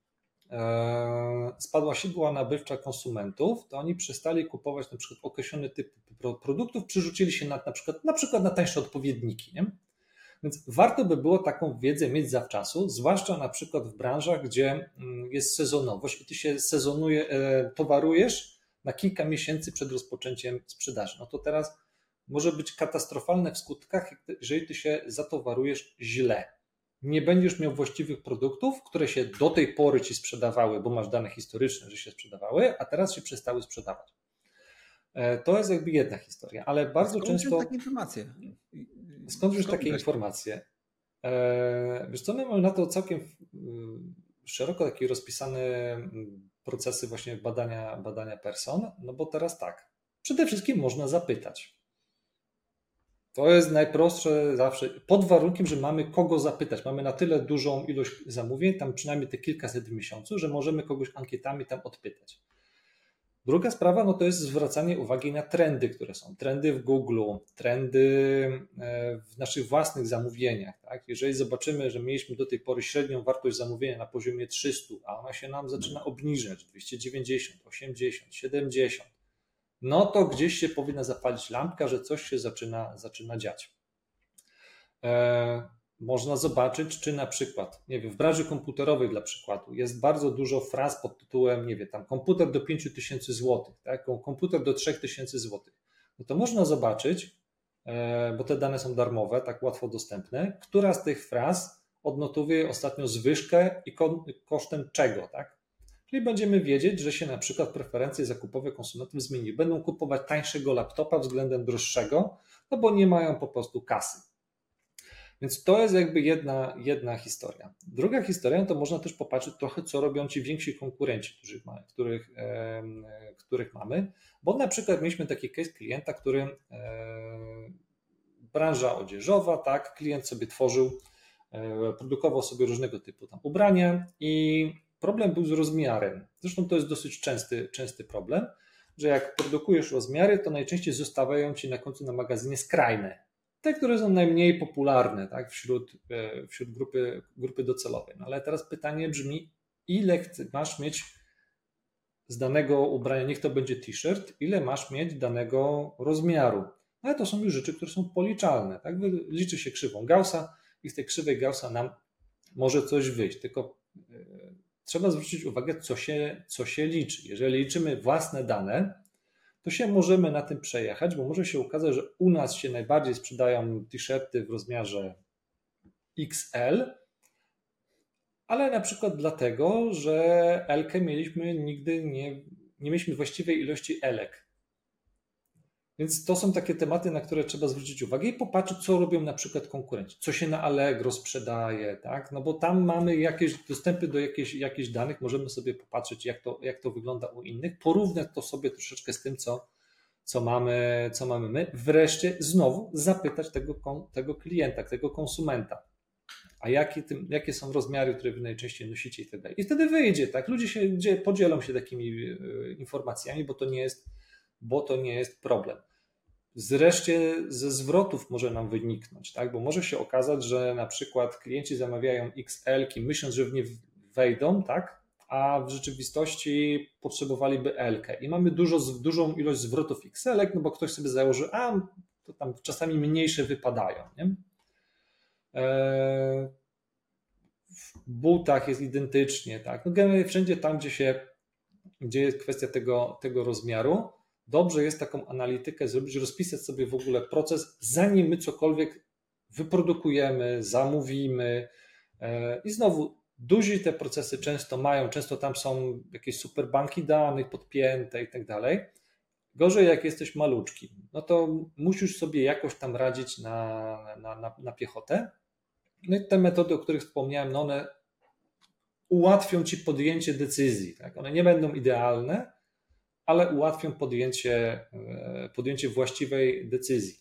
spadła siła nabywcza konsumentów, to oni przestali kupować na przykład określony typ produktów, przerzucili się na przykład na tańsze odpowiedniki. Nie? Więc warto by było taką wiedzę mieć zawczasu, zwłaszcza na przykład w branżach, gdzie jest sezonowość i ty się towarujesz na kilka miesięcy przed rozpoczęciem sprzedaży. No to teraz może być katastrofalne w skutkach, jeżeli ty się zatowarujesz źle. Nie będziesz miał właściwych produktów, które się do tej pory ci sprzedawały, bo masz dane historyczne, że się sprzedawały, a teraz się przestały sprzedawać. To jest jakby jedna historia, ale bardzo często... Skąd takie informacje? Skąd już takie informacje? Wiesz co, my mamy na to całkiem szeroko takie rozpisane procesy właśnie badania person, no bo teraz tak, przede wszystkim można zapytać. To jest najprostsze zawsze, pod warunkiem, że mamy kogo zapytać. Mamy na tyle dużą ilość zamówień, tam przynajmniej te kilkaset w miesiącu, że możemy kogoś ankietami tam odpytać. Druga sprawa, no to jest zwracanie uwagi na trendy, które są. Trendy w Google, trendy w naszych własnych zamówieniach. Tak? Jeżeli zobaczymy, że mieliśmy do tej pory średnią wartość zamówienia na poziomie 300, a ona się nam zaczyna obniżać, 290, 80, 70, no to gdzieś się powinna zapalić lampka, że coś się zaczyna dziać. Można zobaczyć, czy na przykład, nie wiem, w branży komputerowej dla przykładu jest bardzo dużo fraz pod tytułem, nie wiem, tam komputer do 5000 zł, tak? Komputer do 3000 zł. No to można zobaczyć, bo te dane są darmowe, tak łatwo dostępne, która z tych fraz odnotowuje ostatnio zwyżkę i kosztem czego, tak? Czyli będziemy wiedzieć, że się na przykład preferencje zakupowe konsumentów zmieniły. Będą kupować tańszego laptopa względem droższego, no bo nie mają po prostu kasy. Więc to jest jakby jedna historia. Druga historia, to można też popatrzeć trochę, co robią ci więksi konkurenci, których mamy, bo na przykład mieliśmy taki case klienta, który branża odzieżowa, tak, klient sobie produkował sobie różnego typu tam ubrania i problem był z rozmiarem. Zresztą to jest dosyć częsty problem, że jak produkujesz rozmiary, to najczęściej zostawiają ci na końcu na magazynie skrajne. Te, które są najmniej popularne, tak, wśród grupy docelowej. No ale teraz pytanie brzmi, ile masz mieć z danego ubrania, niech to będzie t-shirt, ile masz mieć danego rozmiaru. Ale to są już rzeczy, które są policzalne. Tak? Liczy się krzywą Gaussa i z tej krzywej Gaussa nam może coś wyjść. Tylko trzeba zwrócić uwagę, co się liczy. Jeżeli liczymy własne dane, to się możemy na tym przejechać, bo może się okazać, że u nas się najbardziej sprzedają t-shirty w rozmiarze XL, ale na przykład dlatego, że Elkę nigdy nie mieliśmy właściwej ilości Elek. Więc to są takie tematy, na które trzeba zwrócić uwagę i popatrzeć, co robią na przykład konkurenci, co się na Allegro sprzedaje, tak? No bo tam mamy jakieś dostępy do jakichś danych, możemy sobie popatrzeć, jak to wygląda u innych, porównać to sobie troszeczkę z tym, co mamy my. Wreszcie znowu zapytać tego klienta, tego konsumenta, a jakie są rozmiary, które wy najczęściej nosicie i tak dalej. I wtedy wyjdzie, tak? Ludzie podzielą się takimi informacjami, bo to nie jest problem. Zreszcie ze zwrotów może nam wyniknąć, tak? Bo może się okazać, że na przykład klienci zamawiają XL-ki, myśląc, że w nie wejdą, tak? A w rzeczywistości potrzebowaliby L-kę. I mamy dużą ilość zwrotów XL-ek, no bo ktoś sobie założy, to tam czasami mniejsze wypadają. Nie? W butach jest identycznie, tak? No generalnie wszędzie tam, gdzie jest kwestia tego rozmiaru, dobrze jest taką analitykę zrobić, rozpisać sobie w ogóle proces, zanim my cokolwiek wyprodukujemy, zamówimy. I znowu, duzi te procesy często tam są jakieś super banki danych podpięte i tak dalej. Gorzej jak jesteś maluczki, no to musisz sobie jakoś tam radzić na piechotę. No i te metody, o których wspomniałem, no one ułatwią ci podjęcie decyzji. Tak? One nie będą idealne, ale ułatwią podjęcie właściwej decyzji.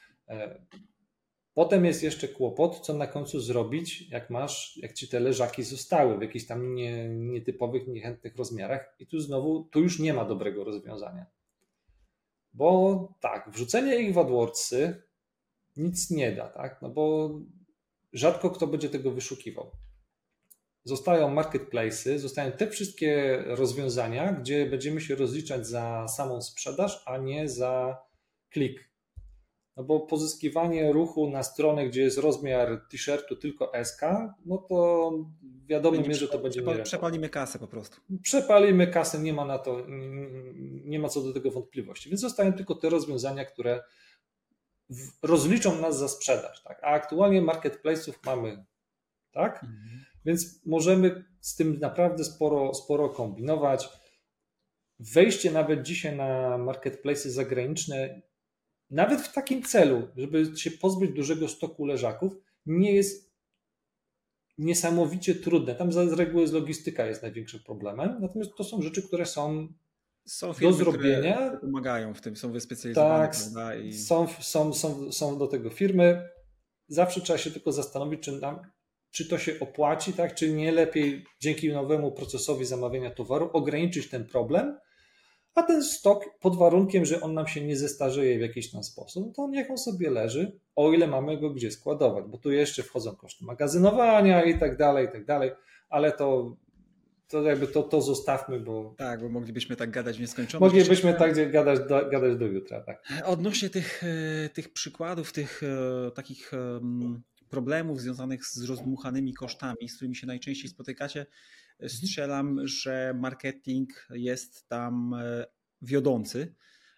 Potem jest jeszcze kłopot, co na końcu zrobić, jak ci te leżaki zostały w jakichś tam nietypowych, niechętnych rozmiarach i tu już nie ma dobrego rozwiązania. Bo tak, wrzucenie ich w AdWordsy nic nie da, tak? No bo rzadko kto będzie tego wyszukiwał. Zostają marketplace'y, zostają te wszystkie rozwiązania, gdzie będziemy się rozliczać za samą sprzedaż, a nie za klik. No bo pozyskiwanie ruchu na stronę, gdzie jest rozmiar t-shirtu tylko SK, no to wiadomo, że to będzie nierentowne. Przepalimy kasę po prostu. Przepalimy kasę, nie ma co do tego wątpliwości. Więc zostają tylko te rozwiązania, które rozliczą nas za sprzedaż. Tak? A aktualnie marketplace'ów mamy, tak? Więc możemy z tym naprawdę sporo kombinować. Wejście nawet dzisiaj na marketplace'y zagraniczne, nawet w takim celu, żeby się pozbyć dużego stoku leżaków, nie jest niesamowicie trudne. Tam z reguły logistyka jest największym problemem, natomiast to są rzeczy, które są firmy, do zrobienia. Które pomagają w tym, są wyspecjalizowane. Tak, prawda? I... są do tego firmy. Zawsze trzeba się tylko zastanowić, czy to się opłaci, tak? Czy nie lepiej dzięki nowemu procesowi zamawiania towaru ograniczyć ten problem, a ten stok pod warunkiem, że on nam się nie zestarzeje w jakiś tam sposób, to niech on sobie leży, o ile mamy go gdzie składować, bo tu jeszcze wchodzą koszty magazynowania i tak dalej, ale to zostawmy, bo... Tak, bo moglibyśmy tak gadać w nieskończoność. Moglibyśmy tak gadać do jutra, tak. Odnośnie tych przykładów, tych takich problemów związanych z rozdmuchanymi kosztami, z którymi się najczęściej spotykacie, strzelam, że marketing jest tam wiodący.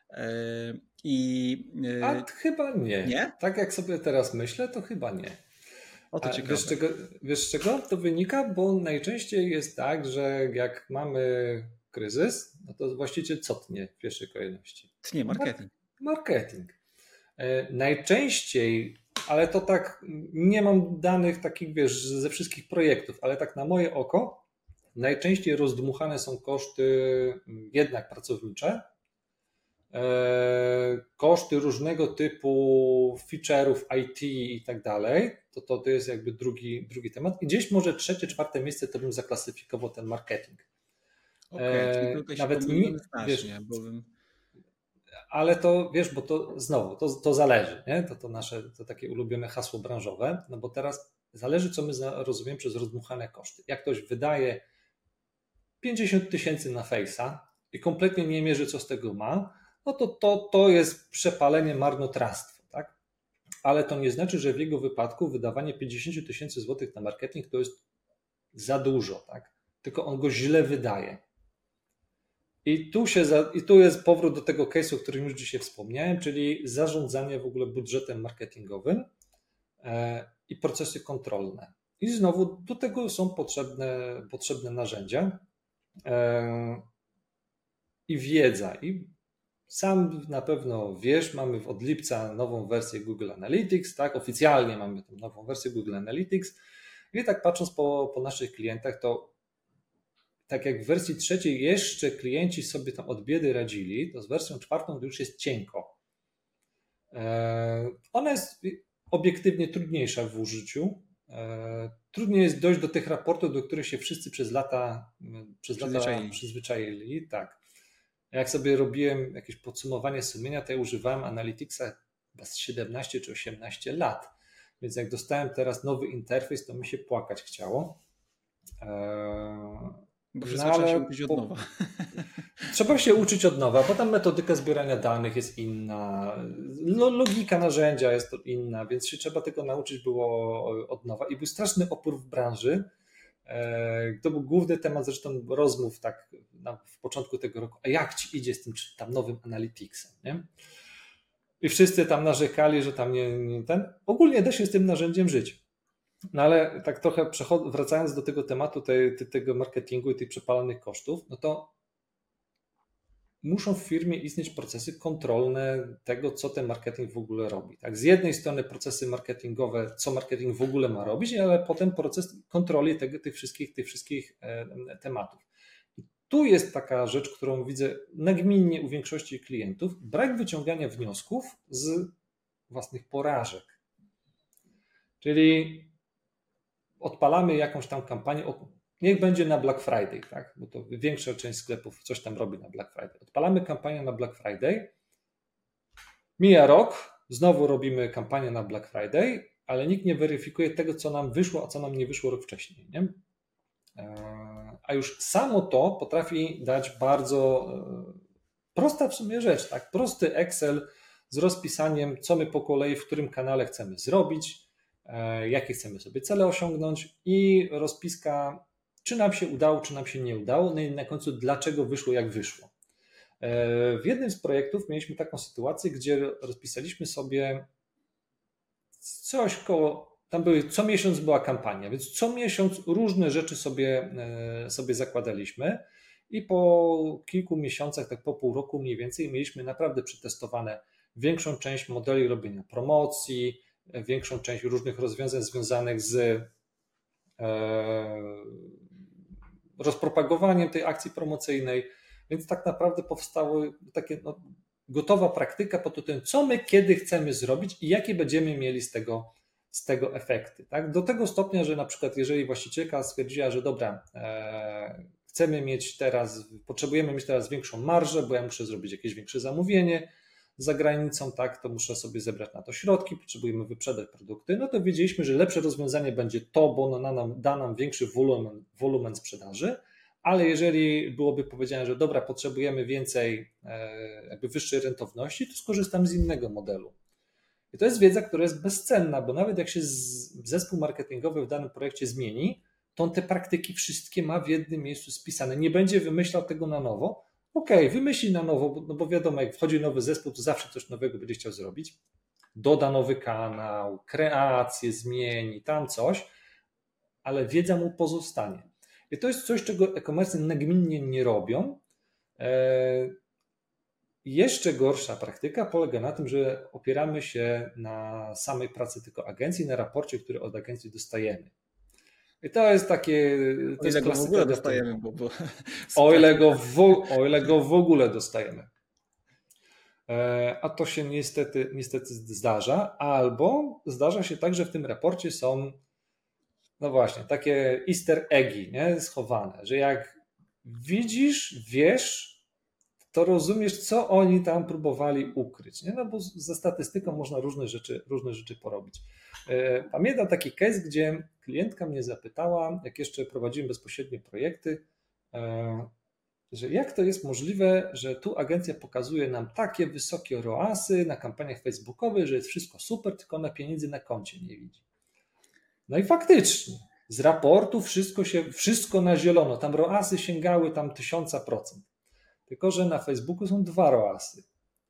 A chyba nie. Nie? Tak jak sobie teraz myślę, to chyba nie. O to ciekawe. Wiesz z czego to wynika? Bo najczęściej jest tak, że jak mamy kryzys, no to właściciel co tnie w pierwszej kolejności? Tnie marketing. Marketing. Najczęściej, ale to tak, nie mam danych takich, wiesz, ze wszystkich projektów, ale tak na moje oko, najczęściej rozdmuchane są koszty jednak pracownicze, koszty różnego typu feature'ów IT i tak dalej, to jest jakby drugi temat. I gdzieś może trzecie, czwarte miejsce to bym zaklasyfikował ten marketing. Okej, czyli nawet wiesz, ale to wiesz, bo to znowu, to zależy, nie? To nasze to takie ulubione hasło branżowe, no bo teraz zależy, co my rozumiemy przez rozdmuchane koszty. Jak ktoś wydaje 50 000 na Face'a i kompletnie nie mierzy, co z tego ma, no to jest przepalenie, marnotrawstwo, tak? Ale to nie znaczy, że w jego wypadku wydawanie 50 000 złotych na marketing to jest za dużo, tak? Tylko on go źle wydaje. I tu jest powrót do tego case'u, o którym już dzisiaj wspomniałem, czyli zarządzanie w ogóle budżetem marketingowym i procesy kontrolne. I znowu do tego są potrzebne narzędzia i wiedza. I sam na pewno wiesz, mamy od lipca nową wersję Google Analytics, tak? Oficjalnie mamy tę nową wersję Google Analytics. I tak patrząc po naszych klientach, to tak jak w wersji 3 jeszcze klienci sobie tam od biedy radzili, to z wersją 4 to już jest cienko. Ona jest obiektywnie trudniejsza w użyciu. Trudniej jest dojść do tych raportów, do których się wszyscy przez lata przyzwyczaili. Tak. Jak sobie robiłem jakieś podsumowanie sumienia, to ja używałem Analyticsa chyba z 17 czy 18 lat. Więc jak dostałem teraz nowy interfejs, to mi się płakać chciało. Bo wszystko trzeba się uczyć od nowa. Trzeba się uczyć od nowa, bo tam metodyka zbierania danych jest inna, logika narzędzia jest inna, więc się trzeba tego nauczyć było od nowa. I był straszny opór w branży. To był główny temat zresztą rozmów tak w początku tego roku. A jak ci idzie z tym tam nowym Analyticsem, nie? I wszyscy tam narzekali, że tam nie ten. Ogólnie da się z tym narzędziem żyć. No ale tak trochę wracając do tego tematu tego marketingu i tych przepalonych kosztów, no to muszą w firmie istnieć procesy kontrolne tego, co ten marketing w ogóle robi. Tak? Z jednej strony procesy marketingowe, co marketing w ogóle ma robić, ale potem proces kontroli tych wszystkich tematów. I tu jest taka rzecz, którą widzę nagminnie u większości klientów, brak wyciągania wniosków z własnych porażek. Czyli odpalamy jakąś tam kampanię, niech będzie na Black Friday, tak? Bo to większa część sklepów coś tam robi na Black Friday. Odpalamy kampanię na Black Friday, mija rok, znowu robimy kampanię na Black Friday, ale nikt nie weryfikuje tego, co nam wyszło, a co nam nie wyszło rok wcześniej. Nie? A już samo to potrafi dać bardzo prosta w sumie rzecz, tak? Prosty Excel z rozpisaniem, co my po kolei, w którym kanale chcemy zrobić, jakie chcemy sobie cele osiągnąć i rozpiska, czy nam się udało, czy nam się nie udało, no i na końcu dlaczego wyszło, jak wyszło. W jednym z projektów mieliśmy taką sytuację, gdzie rozpisaliśmy sobie coś koło, tam co miesiąc była kampania, więc co miesiąc różne rzeczy sobie zakładaliśmy i po kilku miesiącach, tak po pół roku mniej więcej, mieliśmy naprawdę przetestowane większą część modeli robienia promocji, większą część różnych rozwiązań związanych z rozpropagowaniem tej akcji promocyjnej, więc tak naprawdę powstały takie gotowa praktyka pod tytułem, co my kiedy chcemy zrobić i jakie będziemy mieli z tego efekty. Tak? Do tego stopnia, że na przykład jeżeli właścicielka stwierdziła, że dobra, potrzebujemy mieć teraz większą marżę, bo ja muszę zrobić jakieś większe zamówienie za granicą, tak, to muszę sobie zebrać na to środki, potrzebujemy wyprzedać produkty, no to wiedzieliśmy, że lepsze rozwiązanie będzie to, bo ono da nam większy wolumen sprzedaży, ale jeżeli byłoby powiedziane, że dobra, potrzebujemy więcej, jakby wyższej rentowności, to skorzystam z innego modelu. I to jest wiedza, która jest bezcenna, bo nawet jak się zespół marketingowy w danym projekcie zmieni, to on te praktyki wszystkie ma w jednym miejscu spisane. Nie będzie wymyślał tego na nowo. Okej, wymyśli na nowo, bo wiadomo, jak wchodzi nowy zespół, to zawsze coś nowego będzie chciał zrobić. Doda nowy kanał, kreację zmieni, tam coś, ale wiedza mu pozostanie. I to jest coś, czego e-commerce nagminnie nie robią. Jeszcze gorsza praktyka polega na tym, że opieramy się na samej pracy tylko agencji, na raporcie, który od agencji dostajemy. I to jest takie... O ile go w ogóle dostajemy. O ile go w ogóle dostajemy. A to się niestety zdarza. Albo zdarza się tak, że w tym raporcie są no właśnie, takie easter eggi, nie? Schowane, że jak widzisz, wiesz, to rozumiesz, co oni tam próbowali ukryć. Nie? No bo ze statystyką można różne rzeczy porobić. Pamiętam taki case, gdzie klientka mnie zapytała, jak jeszcze prowadziłem bezpośrednie projekty, że jak to jest możliwe, że tu agencja pokazuje nam takie wysokie ROAS-y na kampaniach facebookowych, że jest wszystko super, tylko ona pieniędzy na koncie nie widzi. No i faktycznie, z raportu wszystko na zielono, tam ROAS-y sięgały tam 1000%. Tylko że na Facebooku są 2 ROAS-y.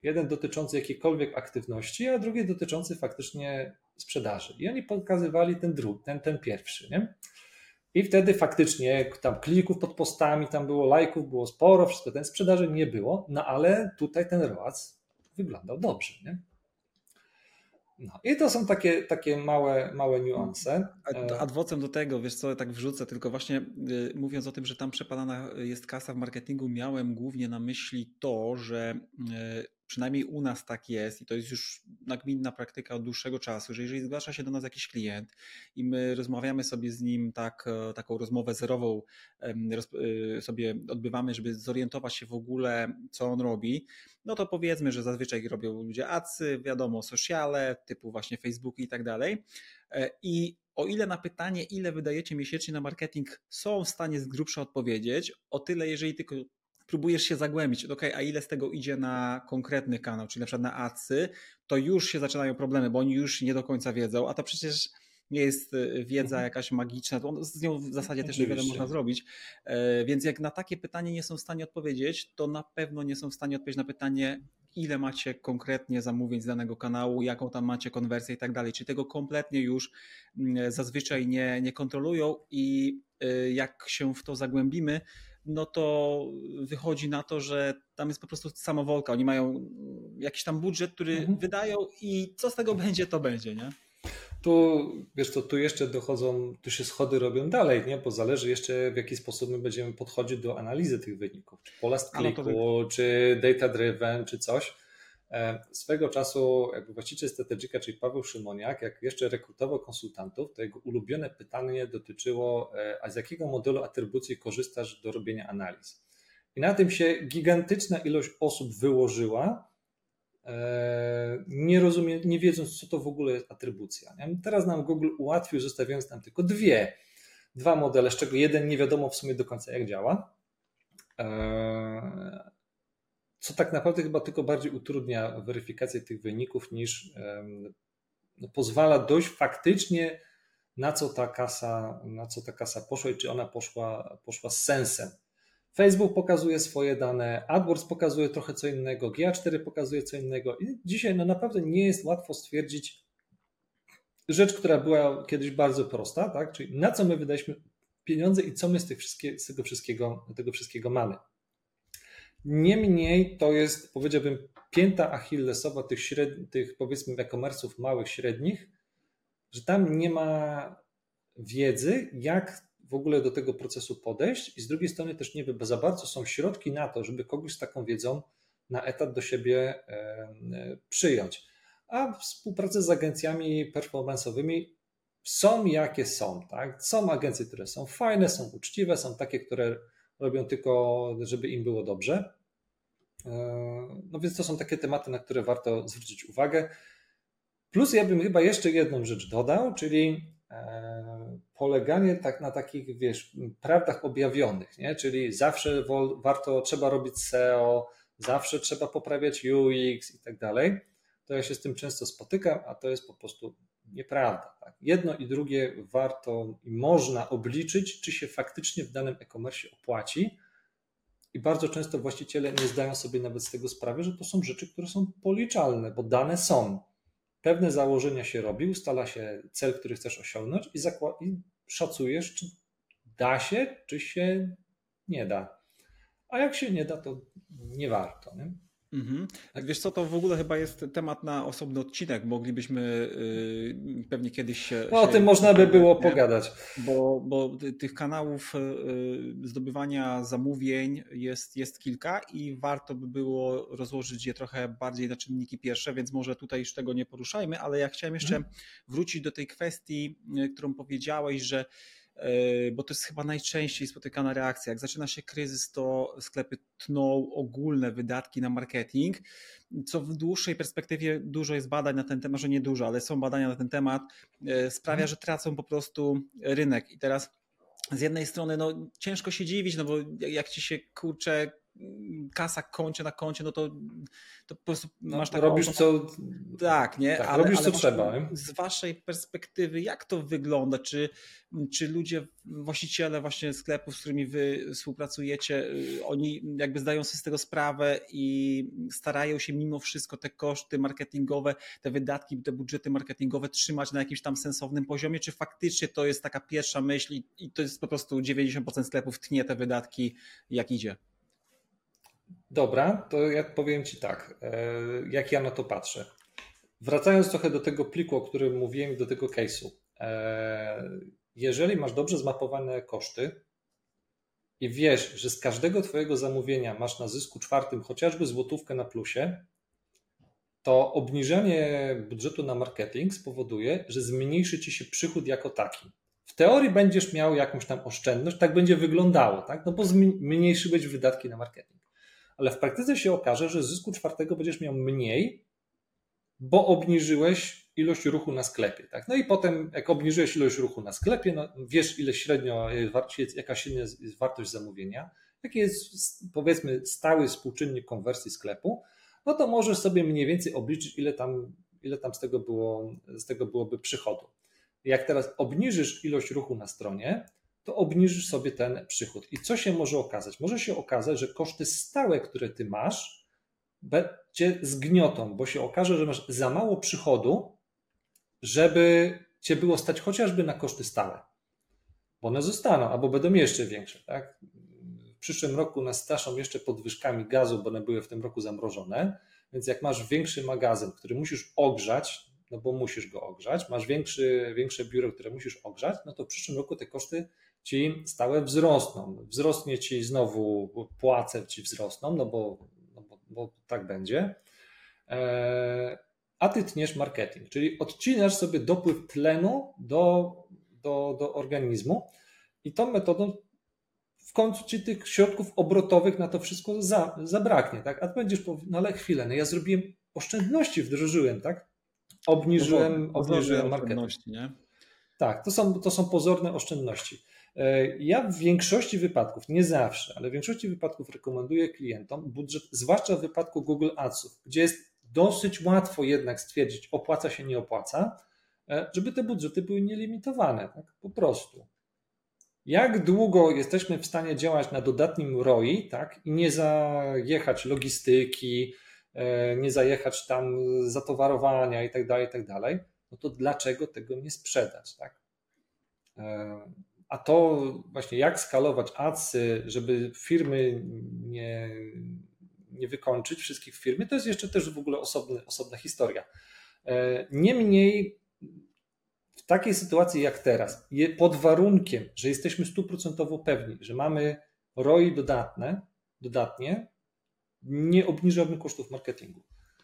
Jeden dotyczący jakiejkolwiek aktywności, a drugi dotyczący faktycznie sprzedaży. I oni pokazywali ten pierwszy, nie? I wtedy faktycznie tam klików pod postami tam było, lajków było sporo, wszystko, ten sprzedaży nie było, no ale tutaj ten ROAS wyglądał dobrze, nie? No i to są takie małe niuanse. Adwocem do tego, wiesz co, tak wrzucę, tylko właśnie mówiąc o tym, że tam przepadana jest kasa w marketingu, miałem głównie na myśli to, że przynajmniej u nas tak jest i to jest już nagminna praktyka od dłuższego czasu, że jeżeli zgłasza się do nas jakiś klient i my rozmawiamy sobie z nim taką rozmowę zerową sobie odbywamy, żeby zorientować się w ogóle, co on robi, no to powiedzmy, że zazwyczaj robią ludzie adsy, wiadomo, sociale, typu właśnie Facebook i tak dalej. I o ile na pytanie, ile wydajecie miesięcznie na marketing, są w stanie z grubsza odpowiedzieć, o tyle jeżeli tylko próbujesz się zagłębić, a ile z tego idzie na konkretny kanał, czyli na przykład na adsy, to już się zaczynają problemy, bo oni już nie do końca wiedzą, a to przecież nie jest wiedza jakaś magiczna, to z nią w zasadzie też niewiele można zrobić, więc jak na takie pytanie nie są w stanie odpowiedzieć, to na pewno nie są w stanie odpowiedzieć na pytanie, ile macie konkretnie zamówień z danego kanału, jaką tam macie konwersję i tak dalej, czyli tego kompletnie już zazwyczaj nie kontrolują i jak się w to zagłębimy, no to wychodzi na to, że tam jest po prostu samowolka. Oni mają jakiś tam budżet, który wydają i co z tego będzie, to będzie, nie? Tu, wiesz co, tu jeszcze tu się schody robią dalej, nie? Bo zależy jeszcze w jaki sposób my będziemy podchodzić do analizy tych wyników, czy po last clicku, czy data driven, czy coś. Swego czasu jakby właściciel Strategika, czyli Paweł Szymoniak, jak jeszcze rekrutował konsultantów, to jego ulubione pytanie dotyczyło, a z jakiego modelu atrybucji korzystasz do robienia analiz? I na tym się gigantyczna ilość osób wyłożyła, nie wiedząc, co to w ogóle jest atrybucja. Nie? Teraz nam Google ułatwił, zostawiając nam tylko dwa modele, z czego jeden nie wiadomo w sumie do końca jak działa, co tak naprawdę chyba tylko bardziej utrudnia weryfikację tych wyników niż pozwala dojść faktycznie na co ta kasa poszła i czy ona poszła z sensem. Facebook pokazuje swoje dane, AdWords pokazuje trochę co innego, GA4 pokazuje co innego i dzisiaj naprawdę nie jest łatwo stwierdzić rzecz, która była kiedyś bardzo prosta, tak? Czyli na co my wydaliśmy pieniądze i co my z tego wszystkiego mamy. Niemniej to jest, powiedziałbym, pięta achillesowa tych powiedzmy e-commerce'ów małych, średnich, że tam nie ma wiedzy, jak w ogóle do tego procesu podejść i z drugiej strony też nie za bardzo są środki na to, żeby kogoś z taką wiedzą na etat do siebie przyjąć. A współprace z agencjami performance'owymi są jakie są. Tak? Są agencje, które są fajne, są uczciwe, są takie, które robią tylko, żeby im było dobrze. No więc to są takie tematy, na które warto zwrócić uwagę. Plus ja bym chyba jeszcze jedną rzecz dodał, czyli poleganie na takich, prawdach objawionych, nie? Czyli zawsze trzeba robić SEO, zawsze trzeba poprawiać UX i tak dalej. To ja się z tym często spotykam, a to jest po prostu nieprawda. Tak? Jedno i drugie warto i można obliczyć, czy się faktycznie w danym e-commerce opłaci. I bardzo często właściciele nie zdają sobie nawet z tego sprawy, że to są rzeczy, które są policzalne, bo dane są. Pewne założenia się robi, ustala się cel, który chcesz osiągnąć i szacujesz, czy da się, czy się nie da. A jak się nie da, to nie warto. Nie? Wiesz co, to w ogóle chyba jest temat na osobny odcinek. Moglibyśmy pewnie kiedyś o tym można by było pogadać. Bo tych kanałów zdobywania zamówień jest kilka i warto by było rozłożyć je trochę bardziej na czynniki pierwsze, więc może tutaj już tego nie poruszajmy, ale ja chciałem jeszcze wrócić do tej kwestii, którą powiedziałeś, że bo to jest chyba najczęściej spotykana reakcja. Jak zaczyna się kryzys, to sklepy tną ogólne wydatki na marketing, co w dłuższej perspektywie dużo jest badań na ten temat, może nie dużo, ale są badania na ten temat, sprawia, że tracą po prostu rynek. I teraz z jednej strony ciężko się dziwić, no bo jak ci się kasa na koncie, no to po prostu masz taką... Robisz co... Tak, nie? Tak, robisz co trzeba. Nie? Z waszej perspektywy, jak to wygląda? Czy ludzie, właściciele właśnie sklepów, z którymi wy współpracujecie, oni jakby zdają sobie z tego sprawę i starają się mimo wszystko te koszty marketingowe, te wydatki, te budżety marketingowe trzymać na jakimś tam sensownym poziomie, czy faktycznie to jest taka pierwsza myśl i to jest po prostu 90% sklepów tnie te wydatki jak idzie? Dobra, to ja powiem Ci tak, jak ja na to patrzę. Wracając trochę do tego pliku, o którym mówiłem i do tego case'u. Jeżeli masz dobrze zmapowane koszty i wiesz, że z każdego Twojego zamówienia masz na zysku czwartym chociażby złotówkę na plusie, to obniżenie budżetu na marketing spowoduje, że zmniejszy Ci się przychód jako taki. W teorii będziesz miał jakąś tam oszczędność, tak będzie wyglądało, tak? No bo zmniejszyłeś wydatki na marketing. Ale w praktyce się okaże, że z zysku czwartego będziesz miał mniej, bo obniżyłeś ilość ruchu na sklepie. Tak? No i potem, jak obniżyłeś ilość ruchu na sklepie, no wiesz, ile średnio jest, jaka średnia jest wartość zamówienia, jaki jest, powiedzmy, stały współczynnik konwersji sklepu, no to możesz sobie mniej więcej obliczyć, ile tam z tego byłoby przychodu. Jak teraz obniżysz ilość ruchu na stronie, to obniżysz sobie ten przychód. I co się może okazać? Może się okazać, że koszty stałe, które ty masz, cię zgniotą, bo się okaże, że masz za mało przychodu, żeby cię było stać chociażby na koszty stałe. Bo one zostaną, albo będą jeszcze większe. Tak? W przyszłym roku nas straszą jeszcze podwyżkami gazu, bo one były w tym roku zamrożone. Więc jak masz większy magazyn, który musisz ogrzać, no bo musisz go ogrzać, masz większe biuro, które musisz ogrzać, no to w przyszłym roku te koszty ci stałe wzrosną. Wzrośnie ci znowu, płace ci wzrosną, no bo tak będzie. A ty tniesz marketing, czyli odcinasz sobie dopływ tlenu do organizmu i tą metodą w końcu ci tych środków obrotowych na to wszystko zabraknie. Tak? A ty będziesz powiedział, no ale chwilę, no ja zrobiłem oszczędności, wdrożyłem, tak? Obniżyłem marketing. Nie? Tak, to są pozorne oszczędności. Ja w większości wypadków, nie zawsze, ale w większości wypadków rekomenduję klientom budżet, zwłaszcza w wypadku Google Adsów, gdzie jest dosyć łatwo jednak stwierdzić, opłaca się, nie opłaca, żeby te budżety były nielimitowane, tak? Po prostu. Jak długo jesteśmy w stanie działać na dodatnim ROI, tak? I nie zajechać logistyki, nie zajechać tam zatowarowania i tak dalej, no to dlaczego tego nie sprzedać, tak? A to właśnie jak skalować adsy, żeby firmy nie wykończyć wszystkich w firmie, to jest jeszcze też w ogóle osobna historia. Niemniej w takiej sytuacji jak teraz, pod warunkiem, że jesteśmy 100% pewni, że mamy ROI dodatnie, nie obniżałbym kosztów marketingu.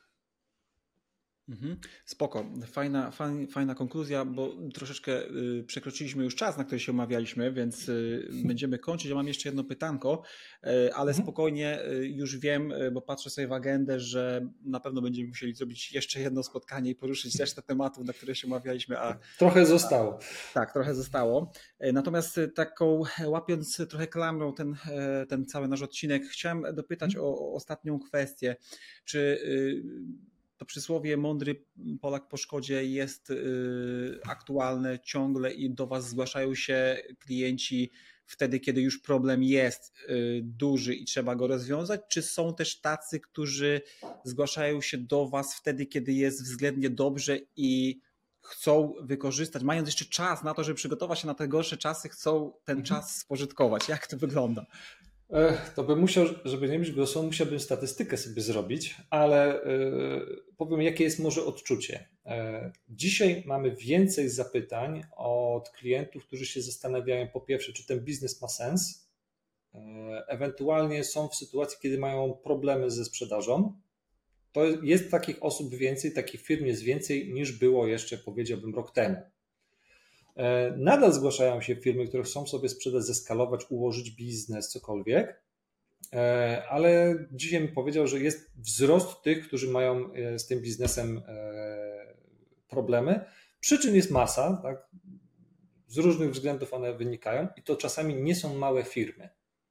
Spoko, fajna konkluzja, bo troszeczkę przekroczyliśmy już czas, na który się umawialiśmy, więc będziemy kończyć. Ja mam jeszcze jedno pytanko, ale spokojnie już wiem, bo patrzę sobie w agendę, że na pewno będziemy musieli zrobić jeszcze jedno spotkanie i poruszyć resztę tematów, na które się umawialiśmy. Trochę zostało. Tak, trochę zostało. Natomiast taką, łapiąc trochę klamrą ten cały nasz odcinek, chciałem dopytać o ostatnią kwestię. Czy to przysłowie mądry Polak po szkodzie jest aktualne ciągle i do Was zgłaszają się klienci wtedy, kiedy już problem jest duży i trzeba go rozwiązać? Czy są też tacy, którzy zgłaszają się do Was wtedy, kiedy jest względnie dobrze i chcą wykorzystać, mając jeszcze czas na to, żeby przygotować się na te gorsze czasy, chcą ten czas spożytkować? Jak to wygląda? To bym musiał, żeby nie być głosową, musiałbym statystykę sobie zrobić, ale powiem, jakie jest może odczucie. Dzisiaj mamy więcej zapytań od klientów, którzy się zastanawiają, po pierwsze, czy ten biznes ma sens, ewentualnie są w sytuacji, kiedy mają problemy ze sprzedażą. To jest takich osób więcej, takich firm jest więcej niż było jeszcze, powiedziałbym, rok temu. Nadal zgłaszają się firmy, które chcą sobie sprzedać, zeskalować, ułożyć biznes, cokolwiek, ale dzisiaj bym powiedział, że jest wzrost tych, którzy mają z tym biznesem problemy. Przyczyn jest masa, tak? Z różnych względów one wynikają i to czasami nie są małe firmy.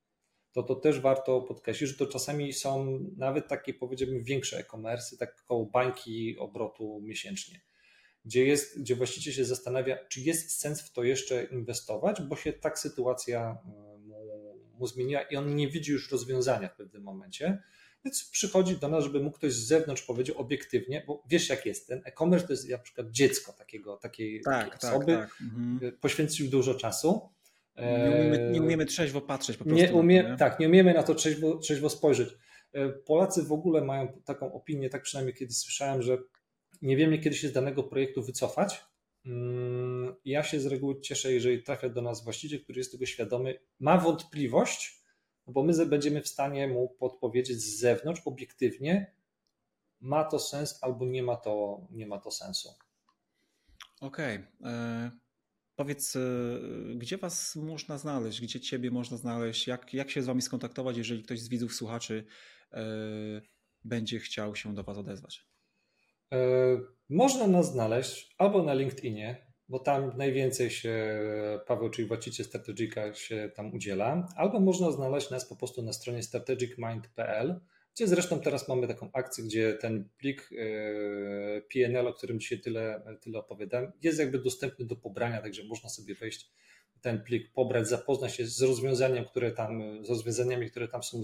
to też warto podkreślić, że to czasami są nawet takie, powiedziałbym, większe e-commerce, tak około bańki obrotu miesięcznie, gdzie właściciel się zastanawia, czy jest sens w to jeszcze inwestować, bo się tak sytuacja mu zmieniła i on nie widzi już rozwiązania w pewnym momencie. Więc przychodzi do nas, żeby mu ktoś z zewnątrz powiedział obiektywnie, bo wiesz jak jest, ten e-commerce to jest na przykład dziecko takiej osoby, tak. poświęcił dużo czasu. Nie umiemy trzeźwo patrzeć po prostu. Nie umiemy na to trzeźwo spojrzeć. Polacy w ogóle mają taką opinię, tak przynajmniej kiedyś słyszałem, że nie wiemy kiedy się z danego projektu wycofać. Ja się z reguły cieszę, jeżeli trafia do nas właściciel, który jest tego świadomy, ma wątpliwość, bo my będziemy w stanie mu podpowiedzieć z zewnątrz obiektywnie, ma to sens albo nie ma to sensu. Okej. Powiedz, gdzie was można znaleźć, gdzie ciebie można znaleźć, jak się z wami skontaktować, jeżeli ktoś z widzów, słuchaczy będzie chciał się do was odezwać? Można nas znaleźć albo na LinkedInie, bo tam najwięcej się Paweł, czyli właściciel Strategica, się tam udziela, albo można znaleźć nas po prostu na stronie strategicmind.pl, gdzie zresztą teraz mamy taką akcję, gdzie ten plik PNL, o którym dzisiaj tyle opowiadałem, jest jakby dostępny do pobrania, także można sobie wejść, ten plik pobrać, zapoznać się z rozwiązaniami, które tam są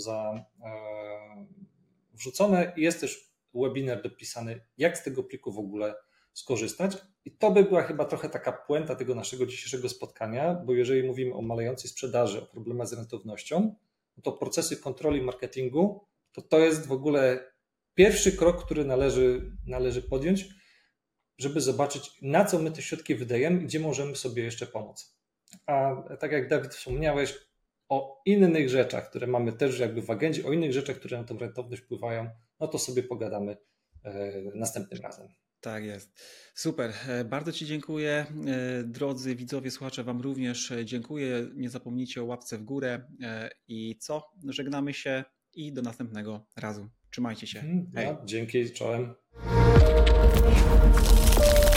wrzucone. Jest też webinar dopisany, jak z tego pliku w ogóle skorzystać. I to by była chyba trochę taka puenta tego naszego dzisiejszego spotkania, bo jeżeli mówimy o malejącej sprzedaży, o problemach z rentownością, to procesy kontroli marketingu to jest w ogóle pierwszy krok, który należy podjąć, żeby zobaczyć, na co my te środki wydajemy i gdzie możemy sobie jeszcze pomóc. A tak jak Dawid wspomniałeś, o innych rzeczach, które mamy też jakby w agendzie, o innych rzeczach, które na tą rentowność wpływają, no to sobie pogadamy następnym razem. Tak jest. Super. Bardzo Ci dziękuję. Drodzy widzowie, słuchacze, Wam również dziękuję. Nie zapomnijcie o łapce w górę i co? Żegnamy się i do następnego razu. Trzymajcie się. Hej. No, dzięki, czołem.